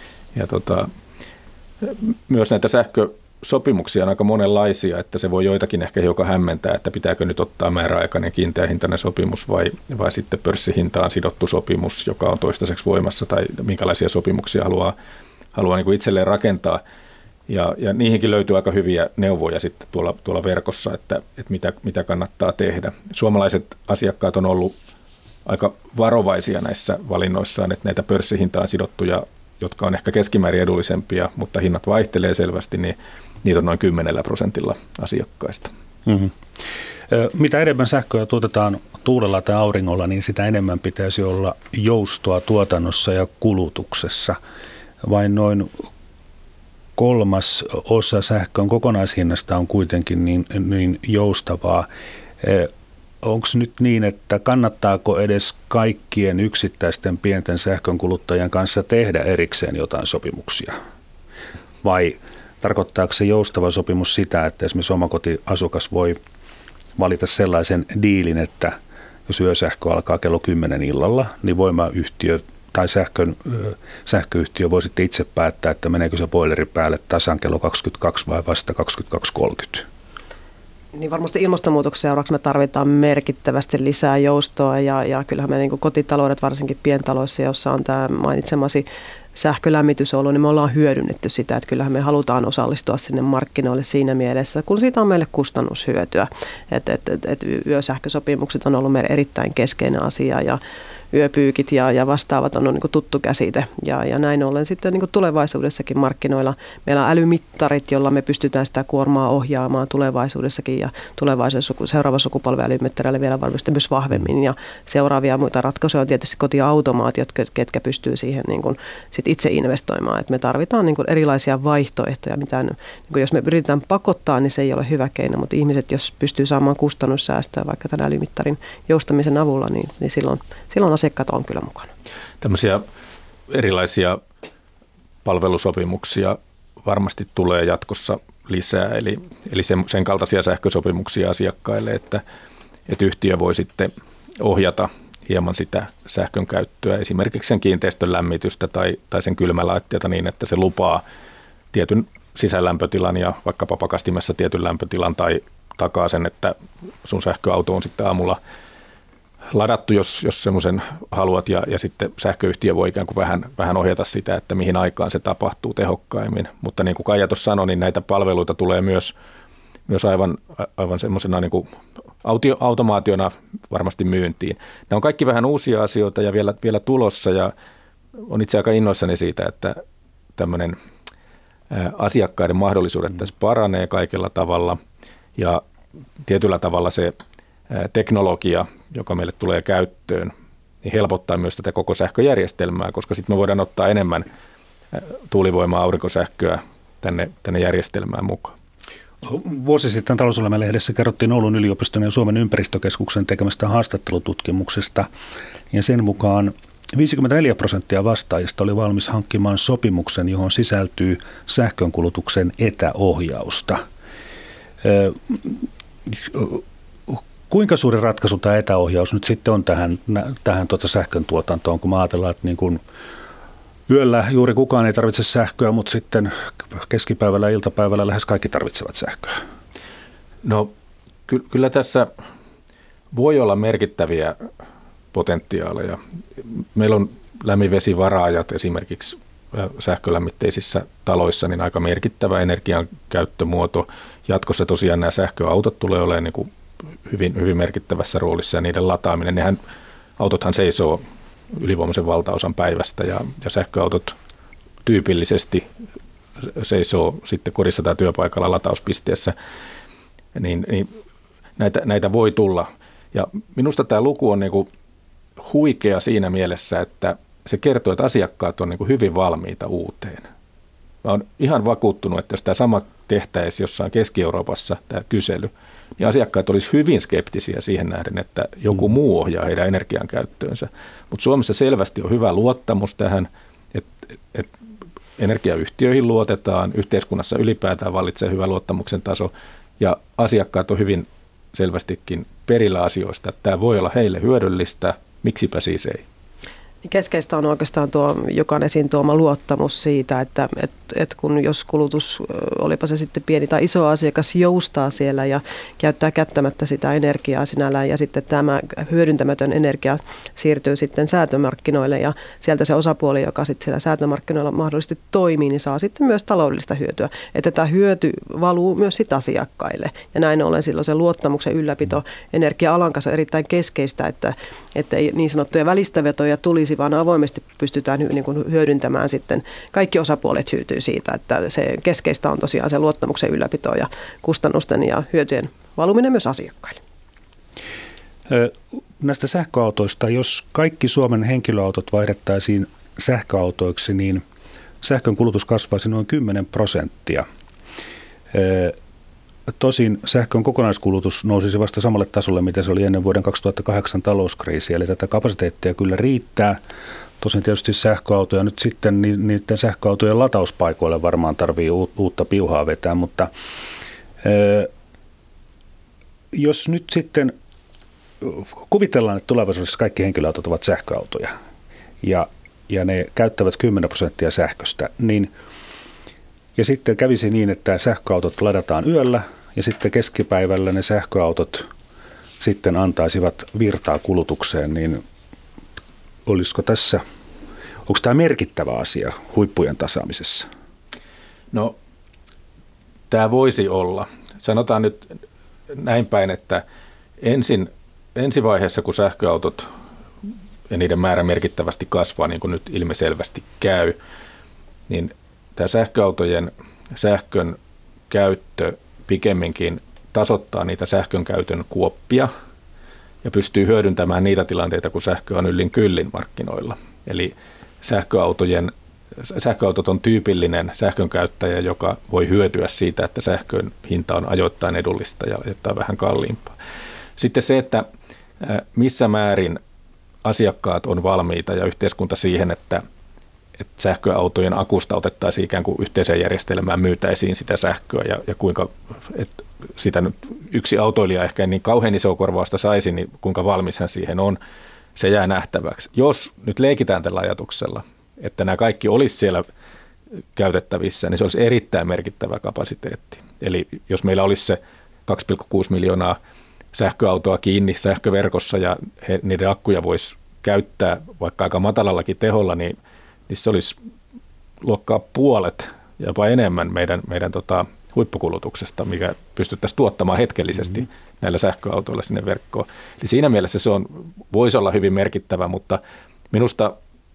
Myös näitä sähkösopimuksia on aika monenlaisia, että se voi joitakin ehkä hiukan hämmentää, että pitääkö nyt ottaa määräaikainen kiinteähintainen sopimus vai sitten pörssihintaan sidottu sopimus, joka on toistaiseksi voimassa, tai minkälaisia sopimuksia haluaa niin kuin itselleen rakentaa. Ja niihinkin löytyy aika hyviä neuvoja sitten tuolla verkossa, että mitä kannattaa tehdä. Suomalaiset asiakkaat on ollut aika varovaisia näissä valinnoissaan, että näitä pörssihintaan sidottuja, jotka on ehkä keskimäärin edullisempia, mutta hinnat vaihtelee selvästi, niin niitä on noin 10% asiakkaista. Mm-hmm. Mitä enemmän sähköä tuotetaan tuulella tai auringolla, niin sitä enemmän pitäisi olla joustoa tuotannossa ja kulutuksessa. Vain noin 1/3 sähkön kokonaishinnasta on kuitenkin niin joustavaa. Onko nyt niin, että kannattaako edes kaikkien yksittäisten pienten sähkönkuluttajien kanssa tehdä erikseen jotain sopimuksia? Vai tarkoittaako se joustava sopimus sitä, että esimerkiksi omakotiasukas voi valita sellaisen diilin, että jos yösähkö alkaa kello 10 illalla, niin voimayhtiö tai sähköyhtiö voi sitten itse päättää, että meneekö se boileri päälle tasan kello 22 vai vasta 22.30. Niin varmasti ilmastonmuutoksen seuraavaksi me tarvitaan merkittävästi lisää joustoa ja kyllähän me niin kotitaloudet, varsinkin pientaloissa, jossa on tämä mainitsemasi sähkölämmitys ollut, niin me ollaan hyödynnetty sitä, että kyllähän me halutaan osallistua sinne markkinoille siinä mielessä, kun siitä on meille kustannushyötyä. Yösähkösopimukset on ollut meille erittäin keskeinen asia ja yöpyykit ja vastaavat on niin kuin tuttu käsite. Ja näin ollen sitten niin kuin tulevaisuudessakin markkinoilla meillä on älymittarit, jolla me pystytään sitä kuormaa ohjaamaan tulevaisuudessakin ja seuraava sukupolven älymittareille vielä varmasti myös vahvemmin. Ja seuraavia muita ratkaisuja on tietysti kotiautomaatiot, ketkä pystyy siihen niin kuin sit itse investoimaan. Et me tarvitaan niin kuin erilaisia vaihtoehtoja. Mitään, niin kuin jos me yritetään pakottaa, niin se ei ole hyvä keino, mutta ihmiset, jos pystyy saamaan kustannussäästöä vaikka tämän älymittarin joustamisen avulla, niin silloin asiakkaat on kyllä mukana. Tämmöisiä erilaisia palvelusopimuksia varmasti tulee jatkossa lisää, eli sen kaltaisia sähkösopimuksia asiakkaille, että yhtiö voi sitten ohjata hieman sitä sähkön käyttöä, esimerkiksi sen kiinteistön lämmitystä tai sen kylmälaitteita niin, että se lupaa tietyn sisälämpötilan ja vaikkapa pakastimessa tietyn lämpötilan tai takaa sen, että sun sähköauto on sitten aamulla ladattu, jos semmoisen haluat, ja sitten sähköyhtiö voi ikään kuin vähän ohjata sitä, että mihin aikaan se tapahtuu tehokkaimmin. Mutta niin kuin Kaija tuossa sanoi, niin näitä palveluita tulee myös aivan semmoisena niin kuin automaationa varmasti myyntiin. Nämä on kaikki vähän uusia asioita ja vielä tulossa, ja on itse aika innoissani siitä, että tämmöinen asiakkaiden mahdollisuudet tässä paranee kaikella tavalla, ja tietyllä tavalla se teknologia, joka meille tulee käyttöön, niin helpottaa myös tätä koko sähköjärjestelmää, koska sitten me voidaan ottaa enemmän tuulivoimaa, aurinkosähköä tänne järjestelmään mukaan. Vuosi sitten Talouselämä-lehdessä kerrottiin Oulun yliopiston ja Suomen ympäristökeskuksen tekemästä haastattelututkimuksesta, ja sen mukaan 54% vastaajista oli valmis hankkimaan sopimuksen, johon sisältyy sähkönkulutuksen etäohjausta. Kuinka suuri ratkaisu tämä etäohjaus nyt sitten on tähän sähkön tuotantoon, kun me ajatellaan, että niin kuin yöllä juuri kukaan ei tarvitse sähköä, mutta sitten keskipäivällä ja iltapäivällä lähes kaikki tarvitsevat sähköä? No kyllä tässä voi olla merkittäviä potentiaaleja. Meillä on lämminvesivaraajat esimerkiksi sähkölämmitteisissä taloissa, niin aika merkittävä energian käyttömuoto. Jatkossa tosiaan nämä sähköautot tulee olemaan niin kuin hyvin merkittävässä roolissa, ja niiden lataaminen. Autothan seisoo ylivoimaisen valtaosan päivästä, ja sähköautot tyypillisesti seisoo sitten kodissa tai työpaikalla latauspisteessä, niin näitä voi tulla. Ja minusta tämä luku on niin kuin huikea siinä mielessä, että se kertoo, että asiakkaat on niin kuin hyvin valmiita uuteen. Mä olen ihan vakuuttunut, että jos tämä sama tehtäisiin jossain Keski-Euroopassa, tämä kysely, niin asiakkaat olisivat hyvin skeptisiä siihen nähden, että joku muu ohjaa heidän energian käyttöönsä. Mutta Suomessa selvästi on hyvä luottamus tähän, että energiayhtiöihin luotetaan, yhteiskunnassa ylipäätään vallitsee hyvä luottamuksen taso, ja asiakkaat on hyvin selvästikin perillä asioista, että tämä voi olla heille hyödyllistä, miksipä siis ei. Keskeistä on oikeastaan tuo Jukan esiin tuoma luottamus siitä, että kun jos kulutus, olipa se sitten pieni tai iso asiakas, joustaa siellä ja käyttää kättämättä sitä energiaa sinällään, ja sitten tämä hyödyntämätön energia siirtyy sitten säätömarkkinoille, ja sieltä se osapuoli, joka sitten siellä säätömarkkinoilla mahdollisesti toimii, niin saa sitten myös taloudellista hyötyä. Että tämä hyöty valuu myös sitten asiakkaille, ja näin ollen silloin se luottamuksen ylläpito energia-alan kanssa on erittäin keskeistä, että ei niin sanottuja välistävetoja tulisi, vaan avoimesti pystytään niin kuin hyödyntämään sitten. Kaikki osapuolet hyötyy siitä, että se keskeistä on tosiaan se luottamuksen ylläpito ja kustannusten ja hyötyjen valuminen myös asiakkaille. Näistä sähköautoista, jos kaikki Suomen henkilöautot vaihdettaisiin sähköautoiksi, niin sähkön kulutus kasvaisi noin 10%. Tosin sähkön kokonaiskulutus nousisi vasta samalle tasolle, mitä se oli ennen vuoden 2008 talouskriisiä, eli tätä kapasiteettia kyllä riittää. Tosin tietysti sähköautoja nyt sitten, niiden sähköautojen latauspaikoille varmaan tarvii uutta piuhaa vetää, mutta jos nyt sitten kuvitellaan, että tulevaisuudessa kaikki henkilöautot ovat sähköautoja ja ne käyttävät 10% sähköstä, niin ja sitten kävisi niin, että sähköautot ladataan yöllä ja sitten keskipäivällä ne sähköautot sitten antaisivat virtaa kulutukseen, niin onko tämä merkittävä asia huippujen tasaamisessa? No, tämä voisi olla. Sanotaan nyt näin päin, että ensivaiheessa, kun sähköautot ja niiden määrä merkittävästi kasvaa, niin kuin nyt ilmiselvästi käy, niin tämä sähköautojen sähkön käyttö pikemminkin tasoittaa niitä sähkön käytön kuoppia ja pystyy hyödyntämään niitä tilanteita, kun sähkö on yllin kyllin markkinoilla. Eli sähköautot on tyypillinen sähkön käyttäjä, joka voi hyötyä siitä, että sähkön hinta on ajoittain edullista ja jotain vähän kalliimpaa. Sitten se, että missä määrin asiakkaat on valmiita ja yhteiskunta siihen, että sähköautojen akusta otettaisiin ikään kuin yhteiseen järjestelmään, myytäisiin sitä sähköä ja kuinka sitä nyt yksi autoilija ehkä niin kauhean isoa korvausta saisi, niin kuinka valmis hän siihen on, se jää nähtäväksi. Jos nyt leikitään tällä ajatuksella, että nämä kaikki olisi siellä käytettävissä, niin se olisi erittäin merkittävä kapasiteetti. Eli jos meillä olisi se 2,6 miljoonaa sähköautoa kiinni sähköverkossa ja niiden akkuja voisi käyttää vaikka aika matalallakin teholla, niin se olisi luokkaa puolet, jopa enemmän meidän huippukulutuksesta, mikä pystyttäisiin tuottamaan hetkellisesti näillä sähköautoilla sinne verkkoon. Eli siinä mielessä se voisi olla hyvin merkittävä, mutta minusta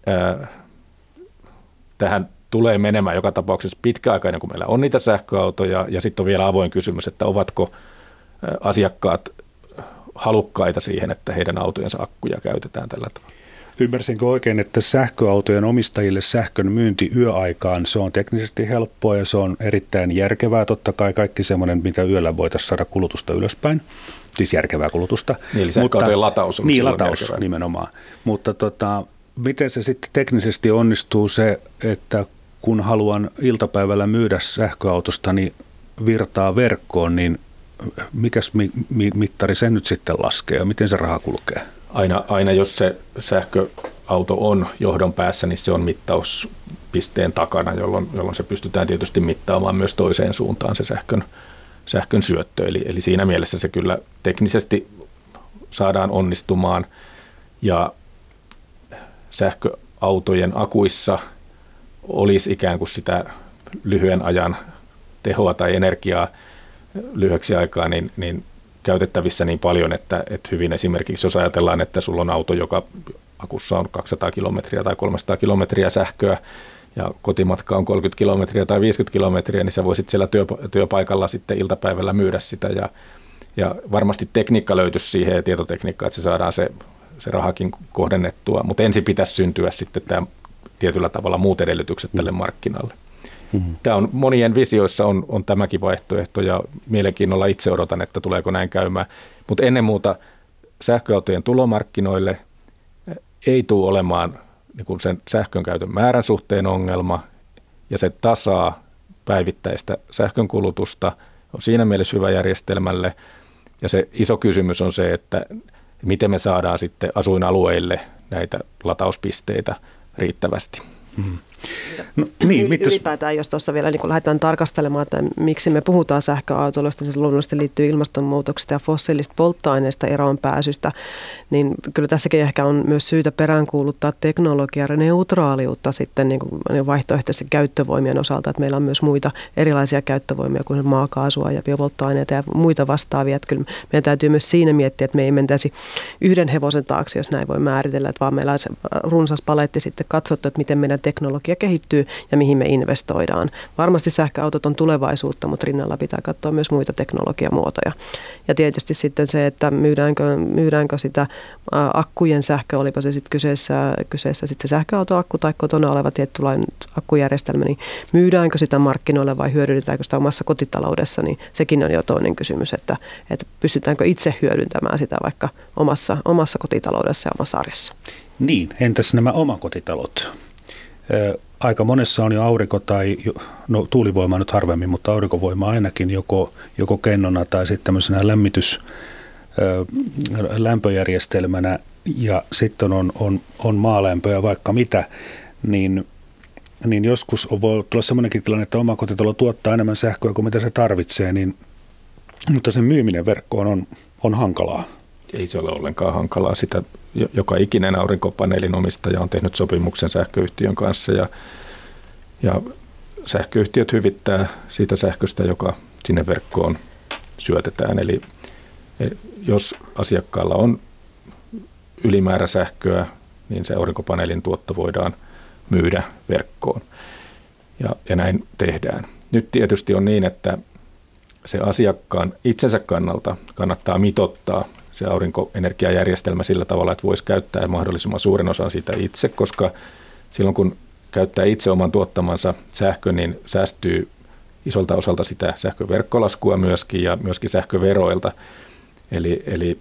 tähän tulee menemään joka tapauksessa pitkäaikainen, kun meillä on niitä sähköautoja, ja sitten on vielä avoin kysymys, että ovatko asiakkaat halukkaita siihen, että heidän autojensa akkuja käytetään tällä tavalla. Ymmärsinkö oikein, että sähköautojen omistajille sähkön myynti yöaikaan, se on teknisesti helppoa ja se on erittäin järkevää. Totta kai kaikki semmoinen, mitä yöllä voitaisiin saada kulutusta ylöspäin, siis järkevää kulutusta. Niin, eli sähköautojen lataus on lataus järkevää. Nimenomaan. Mutta miten se sitten teknisesti onnistuu se, että kun haluan iltapäivällä myydä sähköautosta niin virtaa verkkoon, niin mikäs mittari sen nyt sitten laskee ja miten se raha kulkee? Aina jos se sähköauto on johdon päässä, niin se on mittauspisteen takana, jolloin se pystytään tietysti mittaamaan myös toiseen suuntaan se sähkön syöttö. Eli siinä mielessä se kyllä teknisesti saadaan onnistumaan ja sähköautojen akuissa olisi ikään kuin sitä lyhyen ajan tehoa tai energiaa lyhyeksi aikaa, niin käytettävissä niin paljon, että hyvin esimerkiksi jos ajatellaan, että sulla on auto, joka akussa on 200 kilometriä tai 300 kilometriä sähköä ja kotimatka on 30 kilometriä tai 50 kilometriä, niin sä voisit siellä työpaikalla sitten iltapäivällä myydä sitä ja varmasti tekniikka löytyisi siihen ja tietotekniikka, että se saadaan se rahakin kohdennettua, mutta ensin pitäisi syntyä sitten tämä tietyllä tavalla muut edellytykset tälle markkinalle. Tämä on monien visioissa on tämäkin vaihtoehto ja mielenkiinnolla itse odotan, että tuleeko näin käymään. Mutta ennen muuta sähköautojen tulomarkkinoille ei tule olemaan niin kuin sen sähkön käytön määrän suhteen ongelma ja se tasaa päivittäistä sähkönkulutusta, on siinä mielessä hyvä järjestelmälle. Ja se iso kysymys on se, että miten me saadaan sitten asuinalueille näitä latauspisteitä riittävästi. No, niin, ylipäätään, jos tuossa vielä niin lähdetään tarkastelemaan, että miksi me puhutaan sähköautoilusta, niin se luonnollisesti liittyy ilmastonmuutoksesta ja fossiilista polttoaineista eroon pääsystä, niin kyllä tässäkin ehkä on myös syytä peräänkuuluttaa teknologian neutraaliutta sitten niin kuin vaihtoehtoisten käyttövoimien osalta, että meillä on myös muita erilaisia käyttövoimia kuin maakaasua ja biopolttoaineita ja muita vastaavia, että kyllä meidän täytyy myös siinä miettiä, että me ei mentäisi yhden hevosen taakse, jos näin voi määritellä, että vaan meillä on se runsas paletti sitten katsottu, että miten meidän teknologia kehittyy ja mihin me investoidaan. Varmasti sähköautot on tulevaisuutta, mutta rinnalla pitää katsoa myös muita teknologiamuotoja. Ja tietysti sitten se, että myydäänkö sitä akkujen sähkö, olipa se sitten kyseessä sitten se sähköautoakku tai kotona oleva tietynlainen akkujärjestelmä, niin myydäänkö sitä markkinoille vai hyödynnetäänkö sitä omassa kotitaloudessa, niin sekin on jo toinen kysymys, että pystytäänkö itse hyödyntämään sitä vaikka omassa kotitaloudessa ja omassa arjessa. Niin, entäs nämä omakotitalot? Aika monessa on jo aurinko tai, no tuulivoima nyt harvemmin, mutta aurinkovoima ainakin joko kennona tai sitten tämmöisenä lämpöjärjestelmänä ja sitten on maalämpöä vaikka mitä, niin joskus voi tulla semmoinenkin tilanne, että omakotitalo tuottaa enemmän sähköä kuin mitä se tarvitsee, niin Mutta sen myyminen verkkoon on hankalaa. Ei se ole ollenkaan hankalaa. Sitä joka ikinen aurinkopaneelin omistaja on tehnyt sopimuksen sähköyhtiön kanssa ja sähköyhtiöt hyvittää siitä sähköstä, joka sinne verkkoon syötetään. Eli jos asiakkaalla on ylimäärä sähköä, niin se aurinkopaneelin tuotto voidaan myydä verkkoon. Ja näin tehdään. Nyt tietysti on niin, että se asiakkaan itsensä kannalta kannattaa mitoittaa se aurinkoenergiajärjestelmä sillä tavalla, että voisi käyttää mahdollisimman suuren osan siitä itse, koska silloin kun käyttää itse oman tuottamansa sähkön, niin säästyy isolta osalta sitä sähköverkkolaskua myöskin ja myöskin sähköveroilta. Eli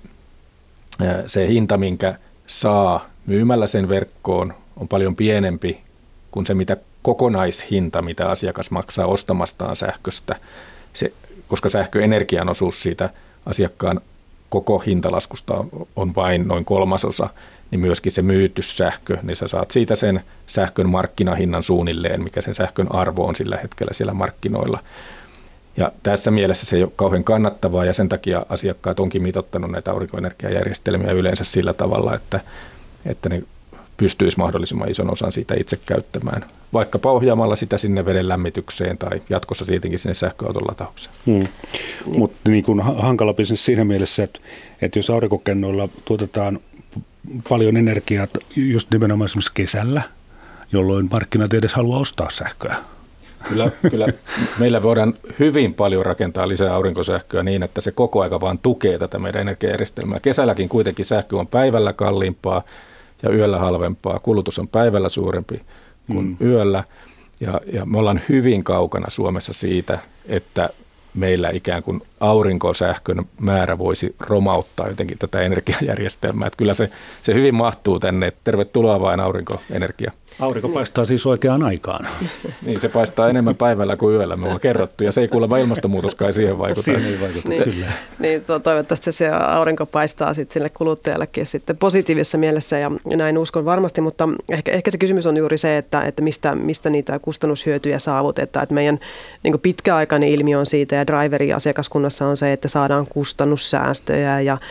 se hinta, minkä saa myymällä sen verkkoon, on paljon pienempi kuin se, mitä kokonaishinta, mitä asiakas maksaa ostamastaan sähköstä, koska sähköenergian osuus siitä asiakkaan koko hintalaskusta on vain noin 1/3, niin myöskin se myyty sähkö, niin sä saat siitä sen sähkön markkinahinnan suunnilleen, mikä sen sähkön arvo on sillä hetkellä siellä markkinoilla. Ja tässä mielessä se ei ole kauhean kannattavaa ja sen takia asiakkaat onkin mitoittanut näitä aurinkoenergiajärjestelmiä yleensä sillä tavalla, että ne pystyisi mahdollisimman ison osan siitä itse käyttämään, vaikkapa ohjaamalla sitä sinne veden lämmitykseen tai jatkossa siitäkin sinne sähköauton lataukseen. Mutta niin kuin hankala bisnes siinä mielessä, että jos aurinkokennoilla tuotetaan paljon energiaa just nimenomaan esimerkiksi kesällä, jolloin markkinat edes haluaa ostaa sähköä. Kyllä meillä voidaan hyvin paljon rakentaa lisää aurinkosähköä niin, että se koko aika vaan tukee tätä meidän energiajärjestelmää. Kesälläkin kuitenkin sähkö on päivällä kalliimpaa ja yöllä halvempaa. Kulutus on päivällä suurempi kuin yöllä. Ja me ollaan hyvin kaukana Suomessa siitä, että meillä ikään kuin aurinkosähkön määrä voisi romauttaa jotenkin tätä energiajärjestelmää. Että kyllä se hyvin mahtuu tänne. Että tervetuloa vain aurinkoenergia. Aurinko paistaa siis oikeaan aikaan. Niin, se paistaa enemmän päivällä kuin yöllä, me ollaan kerrottu. Ja se ei kuulemma ilmastonmuutoskaan siihen vaikuta. Siihen ei vaikuta, kyllä. Niin, toivottavasti se aurinko paistaa sitten sille kuluttajallekin sitten positiivisessa mielessä ja näin uskon varmasti, mutta ehkä se kysymys on juuri se, että mistä niitä kustannushyötyjä saavutetaan. Että meidän niin pitkäaikainen ilmiö on siitä ja driveri asiakaskunnassa on se, että saadaan kustannussäästöjä ja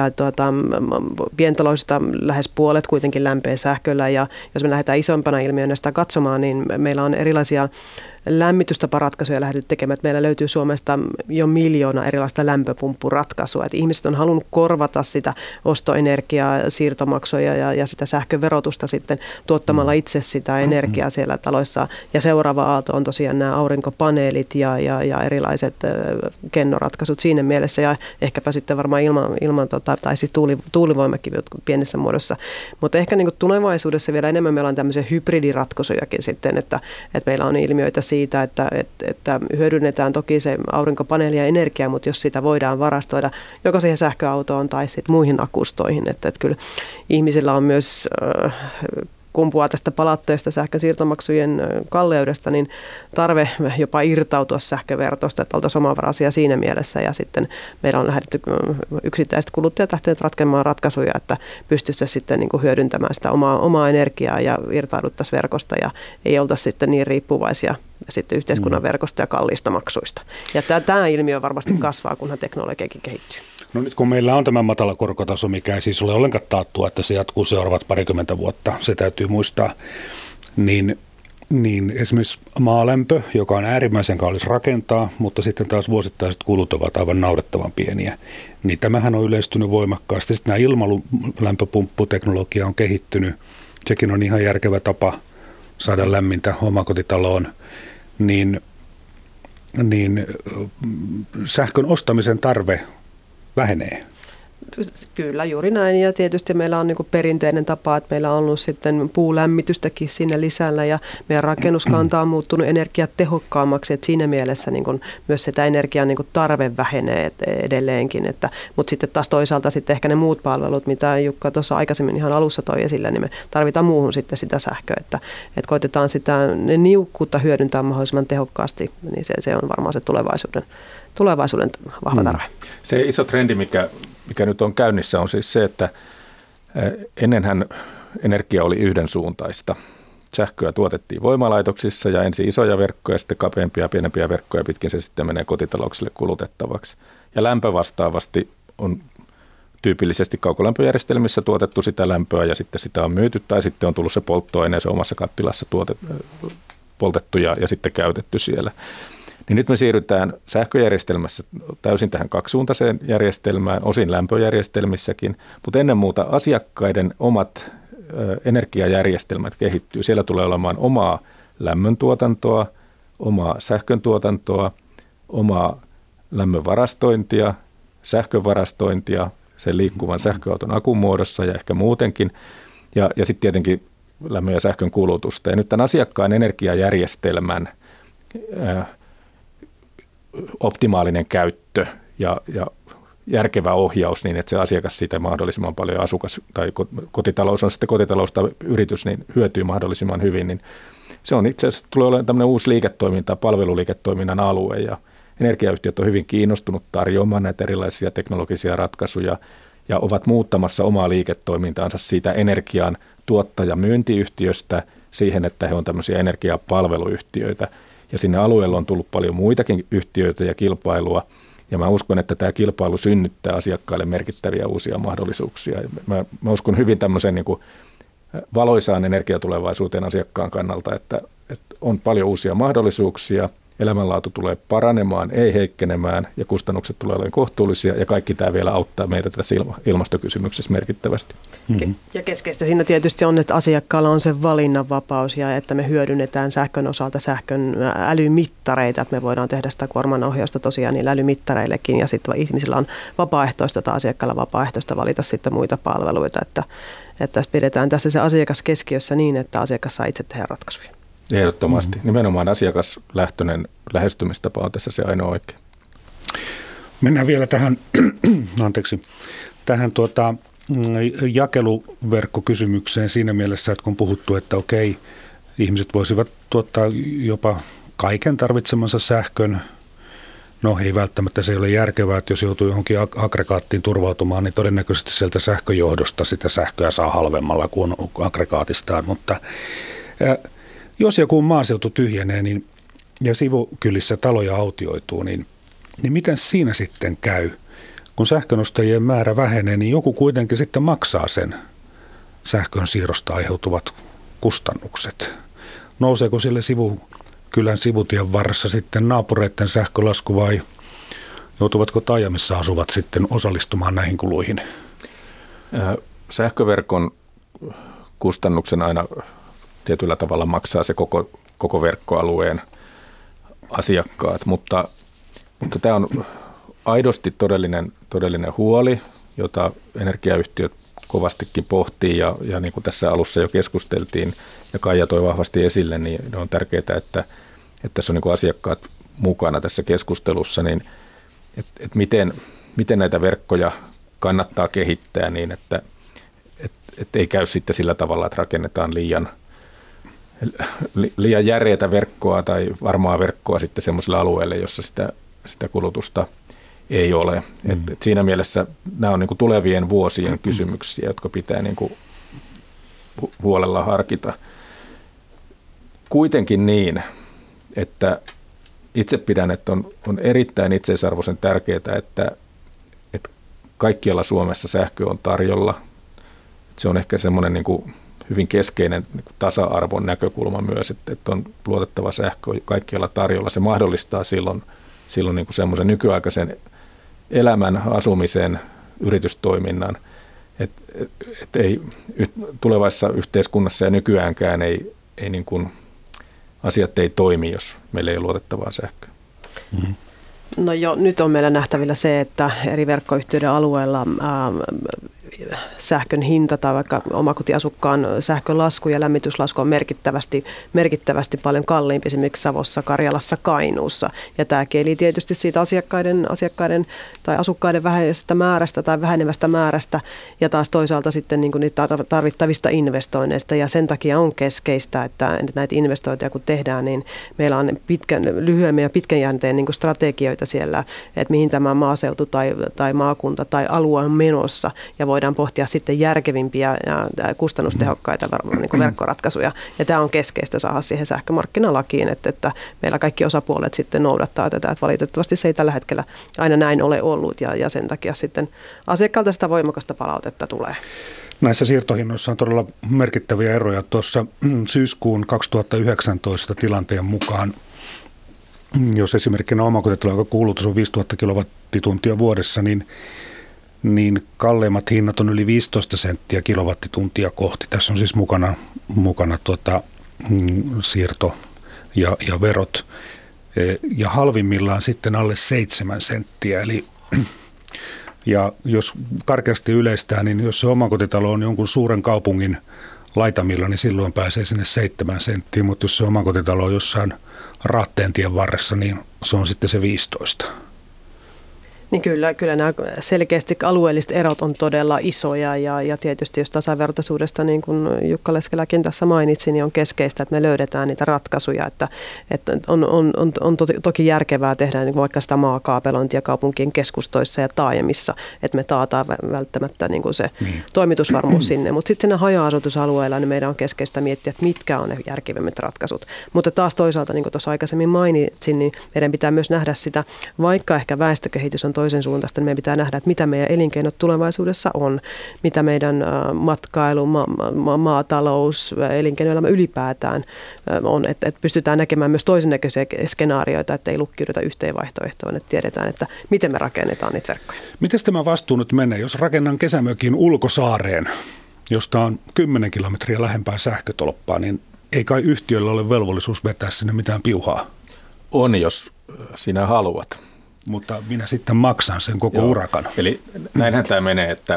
pientaloista lähes puolet kuitenkin lämpee sähköllä ja jos me lähdetään isompana ilmiönä sitä katsomaan, niin meillä on erilaisia lämmitystaparatkaisuja lähdetty tekemään. Meillä löytyy Suomesta jo 1 miljoona erilaista lämpöpumppuratkaisua. Että ihmiset on halunnut korvata sitä ostoenergiaa, siirtomaksuja ja sitä sähköverotusta sitten tuottamalla itse sitä energiaa siellä taloissa. Ja seuraava aalto on tosiaan nämä aurinkopaneelit ja erilaiset kennoratkaisut siinä mielessä. Ja ehkäpä sitten varmaan ilman tai siis tuulivoimakin pienessä muodossa. Mutta ehkä niin kuin tulevaisuudessa vielä enemmän meillä on tämmöisiä hybridiratkaisujakin sitten, että meillä on ilmiöitä siitä, että hyödynnetään toki se aurinkopaneeli ja energia, mutta jos sitä voidaan varastoida joko siihen sähköautoon tai sitten muihin akustoihin, että kyllä ihmisillä on myös kumpuaa tästä palatteesta sähkön siirtomaksujen kalleudesta, niin tarve jopa irtautua sähkövertosta, että oltaisiin omavaraisia siinä mielessä. Ja sitten meillä on lähdetty yksittäiset kuluttajat lähteneet ratkemaan ratkaisuja, että pystyisi sitten niin kuin hyödyntämään sitä omaa energiaa ja irtauduttaisiin verkosta ja ei oltaisi sitten niin riippuvaisia sitten yhteiskunnan verkosta ja kalliista maksuista. Ja tämä ilmiö varmasti kasvaa, kunhan teknologiakin kehittyy. No nyt kun meillä on tämä matala korkotaso, mikä ei siis ole ollenkaan taattua, että se jatkuu seuraavat 20 vuotta, se täytyy muistaa, niin esimerkiksi maalämpö, joka on äärimmäisen kallis rakentaa, mutta sitten taas vuosittaiset kulut ovat aivan naurettavan pieniä, niin tämähän on yleistynyt voimakkaasti. Sitten nämä ilmalämpöpumpputeknologia on kehittynyt, sekin on ihan järkevä tapa saada lämmintä omakotitaloon, niin sähkön ostamisen tarve vähenee. Kyllä, juuri näin. Ja tietysti meillä on niin kuin perinteinen tapa, että meillä on ollut sitten puulämmitystäkin siinä lisällä ja meidän rakennuskanta on muuttunut energiatehokkaammaksi, että siinä mielessä niin kuin myös sitä energian niin kuin tarve vähenee edelleenkin. Mutta sitten taas toisaalta sitten ehkä ne muut palvelut, mitä Jukka tuossa aikaisemmin ihan alussa toi esille, niin me tarvitaan muuhun sitten sitä sähköä, että koitetaan sitä niukkuutta hyödyntää mahdollisimman tehokkaasti, niin se on varmaan se tulevaisuuden vahva tarve. Se iso trendi, mikä nyt on käynnissä, on siis se, että ennenhän energia oli yhdensuuntaista. sähköä tuotettiin voimalaitoksissa ja ensin isoja verkkoja, sitten kapeampia ja pienempiä verkkoja pitkin se sitten menee kotitalouksille kulutettavaksi. Ja lämpö vastaavasti on tyypillisesti kaukolämpöjärjestelmissä tuotettu sitä lämpöä ja sitten sitä on myyty tai sitten on tullut se polttoaine se omassa kattilassa poltettu ja sitten käytetty siellä. Niin nyt me siirrytään sähköjärjestelmässä täysin tähän kaksisuuntaiseen järjestelmään, osin lämpöjärjestelmissäkin, mutta ennen muuta asiakkaiden omat energiajärjestelmät kehittyy. Siellä tulee olemaan omaa lämmöntuotantoa, omaa sähköntuotantoa, omaa lämmön varastointia, sähkön varastointia, sen liikkuvan sähköauton akun muodossa ja ehkä muutenkin, ja sitten tietenkin lämmön ja sähkön kulutusta. Ja nyt tämän asiakkaan energiajärjestelmän optimaalinen käyttö ja järkevä ohjaus niin, että se asiakas siitä mahdollisimman paljon asukas tai kotitalous on sitten kotitalous tai yritys, niin hyötyy mahdollisimman hyvin, niin se on itse asiassa tulee olemaan tämmöinen uusi liiketoiminta, palveluliiketoiminnan alue ja energiayhtiöt on hyvin kiinnostunut tarjoamaan näitä erilaisia teknologisia ratkaisuja ja ovat muuttamassa omaa liiketoimintaansa siitä energian tuottaja-myyntiyhtiöstä siihen, että he on tämmöisiä energiapalveluyhtiöitä. Ja sinne alueelle on tullut paljon muitakin yhtiöitä ja kilpailua. Ja mä uskon, että tämä kilpailu synnyttää asiakkaille merkittäviä uusia mahdollisuuksia. Mä uskon hyvin tämmöisen niin kuin valoisaan energiatulevaisuuteen asiakkaan kannalta, että on paljon uusia mahdollisuuksia. Elämänlaatu tulee paranemaan, ei heikkenemään ja kustannukset tulee olemaan kohtuullisia ja kaikki tämä vielä auttaa meitä tässä ilmastokysymyksessä merkittävästi. Mm-hmm. Ja keskeistä siinä tietysti on, että asiakkaalla on se valinnanvapaus ja että me hyödynnetään sähkön osalta sähkön älymittareita, että me voidaan tehdä sitä kuormanohjausta tosiaan niillä älymittareillekin ja sitten ihmisillä on vapaaehtoista tai asiakkaalla vapaaehtoista valita sitten muita palveluita, että pidetään tässä se asiakas keskiössä niin, että asiakas saa itse tehdä ratkaisuja. Ehdottomasti. Nimenomaan asiakaslähtöinen lähestymistapa on tässä se ainoa oikein. Mennään vielä tähän, tähän jakeluverkkokysymykseen siinä mielessä, että kun puhuttu, että okei, ihmiset voisivat tuottaa jopa kaiken tarvitsemansa sähkön. No ei välttämättä, se ei ole järkevää, että jos joutuu johonkin aggregaattiin turvautumaan, niin todennäköisesti sieltä sähköjohdosta sitä sähköä saa halvemmalla kuin aggregaatistaan, mutta jos joku maaseutu tyhjenee ja sivukylissä taloja autioituu, niin miten siinä sitten käy? Kun sähkönostajien määrä vähenee, niin joku kuitenkin sitten maksaa sen sähkön siirrosta aiheutuvat kustannukset. Nouseeko sille kylän sivutien varressa sitten naapureiden sähkölasku vai joutuvatko taajamissa asuvat sitten osallistumaan näihin kuluihin? Sähköverkon kustannuksen aina tietyllä tavalla maksaa se koko verkkoalueen asiakkaat, mutta tämä on aidosti todellinen huoli, jota energiayhtiöt kovastikin pohtii ja niin kuin tässä alussa jo keskusteltiin ja Kaija toi vahvasti esille, niin on tärkeää, että tässä on niin kuin asiakkaat mukana tässä keskustelussa, niin että miten näitä verkkoja kannattaa kehittää niin, että ei käy sitten sillä tavalla, että rakennetaan liian järeätä verkkoa tai varmaa verkkoa sitten semmoiselle alueelle, jossa sitä kulutusta ei ole. Et siinä mielessä nämä on niin kuin tulevien vuosien kysymyksiä, jotka pitää niin kuin huolella harkita. Kuitenkin niin, että itse pidän, että on erittäin itseisarvoisen tärkeää, että kaikkialla Suomessa sähkö on tarjolla. Se on ehkä semmoinen niin kuin hyvin keskeinen tasa-arvon näkökulma myös, että on luotettava sähkö kaikkialla tarjolla. Se mahdollistaa silloin niin kuin semmoisen nykyaikaisen elämän, asumisen, yritystoiminnan, että ei tulevaisessa yhteiskunnassa ja nykyäänkään ei niin kuin asiat ei toimi, jos meillä ei ole luotettavaa sähköä. Mm-hmm. No jo nyt on meillä nähtävillä se, että eri verkkoyhtiöiden alueella sähkön hinta tai vaikka omakotiasukkaan sähkölasku ja lämmityslasku on merkittävästi paljon kalliimpi esimerkiksi Savossa, Karjalassa, Kainuussa. Ja tämä kieli tietysti siitä asiakkaiden tai asukkaiden vähäisestä määrästä tai vähenevästä määrästä ja taas toisaalta sitten niin kuin niitä tarvittavista investoinneista ja sen takia on keskeistä, että näitä investointeja kun tehdään, niin meillä on lyhyemmän ja pitkän jänteen niin kuin strategioita siellä, että mihin tämä maaseutu tai maakunta tai alue on menossa ja voidaan pohtia sitten järkevimpiä ja kustannustehokkaita niin kuin verkkoratkaisuja ja tämä on keskeistä saada siihen sähkömarkkinalakiin, että meillä kaikki osapuolet sitten noudattaa tätä, että valitettavasti se ei tällä hetkellä aina näin ole ollut ja sen takia sitten asiakkaalta sitä voimakasta palautetta tulee. Näissä siirtohinnoissa on todella merkittäviä eroja. Tuossa syyskuun 2019 tilanteen mukaan, jos esimerkkinä omakotitalo, joka kulutus on 5000 kilowattituntia vuodessa, niin kalleimmat hinnat on yli 15 senttiä kilowattituntia kohti. Tässä on siis mukana siirto ja verot. Ja halvimmillaan sitten alle 7 senttiä. Ja jos karkeasti yleistää, niin jos se omakotitalo on jonkun suuren kaupungin laitamilla, niin silloin pääsee sinne 7 senttiin. Mutta jos se omakotitalo on jossain Raatteentien varressa, niin se on sitten se 15. Niin kyllä nämä selkeästi alueelliset erot on todella isoja ja tietysti jos tasavertaisuudesta, niin kuin Jukka Leskeläkin tässä mainitsi, niin on keskeistä, että me löydetään niitä ratkaisuja, että on toki järkevää tehdä niin vaikka sitä maakaapelointia kaupunkien keskustoissa ja taajemissa, että me taataan välttämättä niin kuin se toimitusvarmuus sinne, mutta sitten siinä haja-asutusalueella niin meidän on keskeistä miettiä, että mitkä on ne järkevimmät ratkaisut, mutta taas toisaalta, niin kuin tuossa aikaisemmin mainitsin, niin meidän pitää myös nähdä sitä, vaikka ehkä väestökehitys on toisen suuntaista, niin meidän pitää nähdä, että mitä meidän elinkeinot tulevaisuudessa on, mitä meidän matkailu, maatalous, elinkeinoelämä ylipäätään on, että pystytään näkemään myös toisennäköisiä skenaarioita, että ei lukkiuduta yhteen vaihtoehtoon, että tiedetään, että miten me rakennetaan niitä verkkoja. Miten tämä vastuu nyt menee, jos rakennan kesämökin ulkosaareen, josta on 10 kilometriä lähempää sähkötolppaa, niin ei kai yhtiöllä ole velvollisuus vetää sinne mitään piuhaa? On, jos sinä haluat. Mutta minä sitten maksan sen koko urakan. Eli näinhän tämä menee, että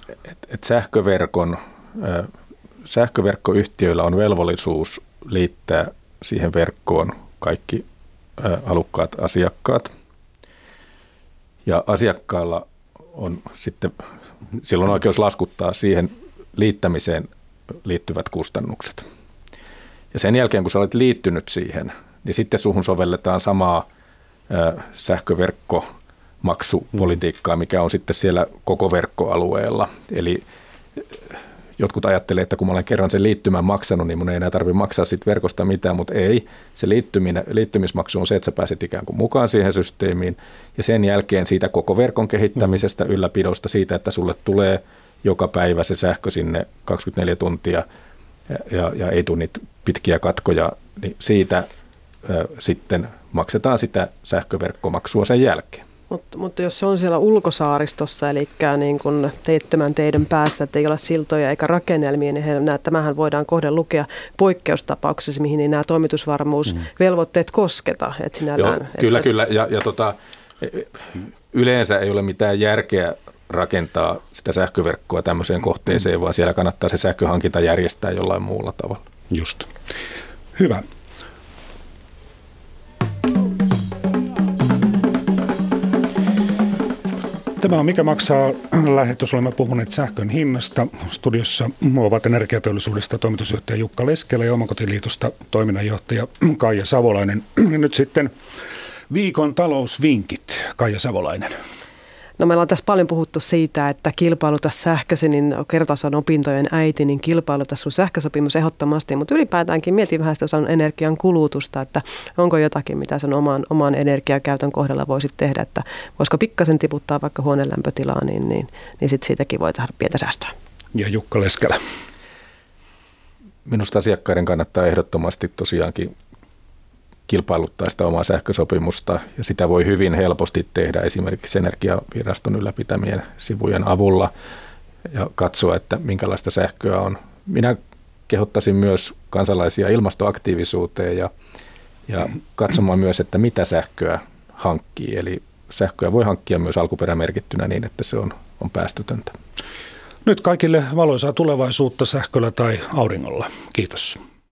sähköverkkoyhtiöillä on velvollisuus liittää siihen verkkoon kaikki halukkaat asiakkaat. Ja asiakkaalla on sitten silloin oikeus laskuttaa siihen liittämiseen liittyvät kustannukset. Ja sen jälkeen, kun sä olet liittynyt siihen, niin sitten suhun sovelletaan samaa sähköverkkomaksupolitiikkaa, mikä on sitten siellä koko verkkoalueella. Eli jotkut ajattelee, että kun mä olen kerran sen liittymän maksanut, niin mun ei enää tarvitse maksaa siitä verkosta mitään, mutta ei. Se liittymismaksu on se, että sä pääset ikään kuin mukaan siihen systeemiin ja sen jälkeen siitä koko verkon kehittämisestä, ylläpidosta, siitä, että sulle tulee joka päivä se sähkö sinne 24 tuntia ja ei tule niitä pitkiä katkoja, niin siitä sitten maksetaan sitä sähköverkkomaksua sen jälkeen. Mutta jos se on siellä ulkosaaristossa, eli niin kuin teettömän teiden päässä, että ei ole siltoja eikä rakennelmia, niin tämähän voidaan kohden lukea poikkeustapauksessa, mihin ei nämä toimitusvarmuusvelvoitteet kosketa. Että sinällään, kyllä. Ja yleensä ei ole mitään järkeä rakentaa sitä sähköverkkoa tämmöiseen kohteeseen, vaan siellä kannattaa se sähköhankinta järjestää jollain muulla tavalla. Just. Hyvä. Tämä on Mikä maksaa -lähetys. Olemme puhuneet sähkön hinnasta. Studiossa ovat energiateollisuudesta toimitusjohtaja Jukka Leskelä ja Omakotiliitosta toiminnanjohtaja Kaija Savolainen. Nyt sitten viikon talousvinkit. Kaija Savolainen. No meillä on tässä paljon puhuttu siitä, että kilpailuta sähkösi, niin kertaus on opintojen äiti, niin kilpailuta sun sähkösopimus ehdottomasti, mutta ylipäätäänkin mieti vähän sitä osan energian kulutusta, että onko jotakin, mitä sen oman energiakäytön kohdalla voisit tehdä, että voisiko pikkasen tiputtaa vaikka huoneen lämpötilaa, niin sitten siitäkin voi tehdä pientä säästöä. Ja Jukka Leskelä. Minusta asiakkaiden kannattaa ehdottomasti tosiaankin kilpailuttaa sitä omaa sähkösopimusta ja sitä voi hyvin helposti tehdä esimerkiksi Energiaviraston ylläpitämien sivujen avulla ja katsoa, että minkälaista sähköä on. Minä kehottaisin myös kansalaisia ilmastoaktiivisuuteen ja katsomaan myös, että mitä sähköä hankkii. Eli sähköä voi hankkia myös alkuperämerkittynä niin, että se on päästötöntä. Nyt kaikille valoisaa tulevaisuutta sähköllä tai auringolla. Kiitos.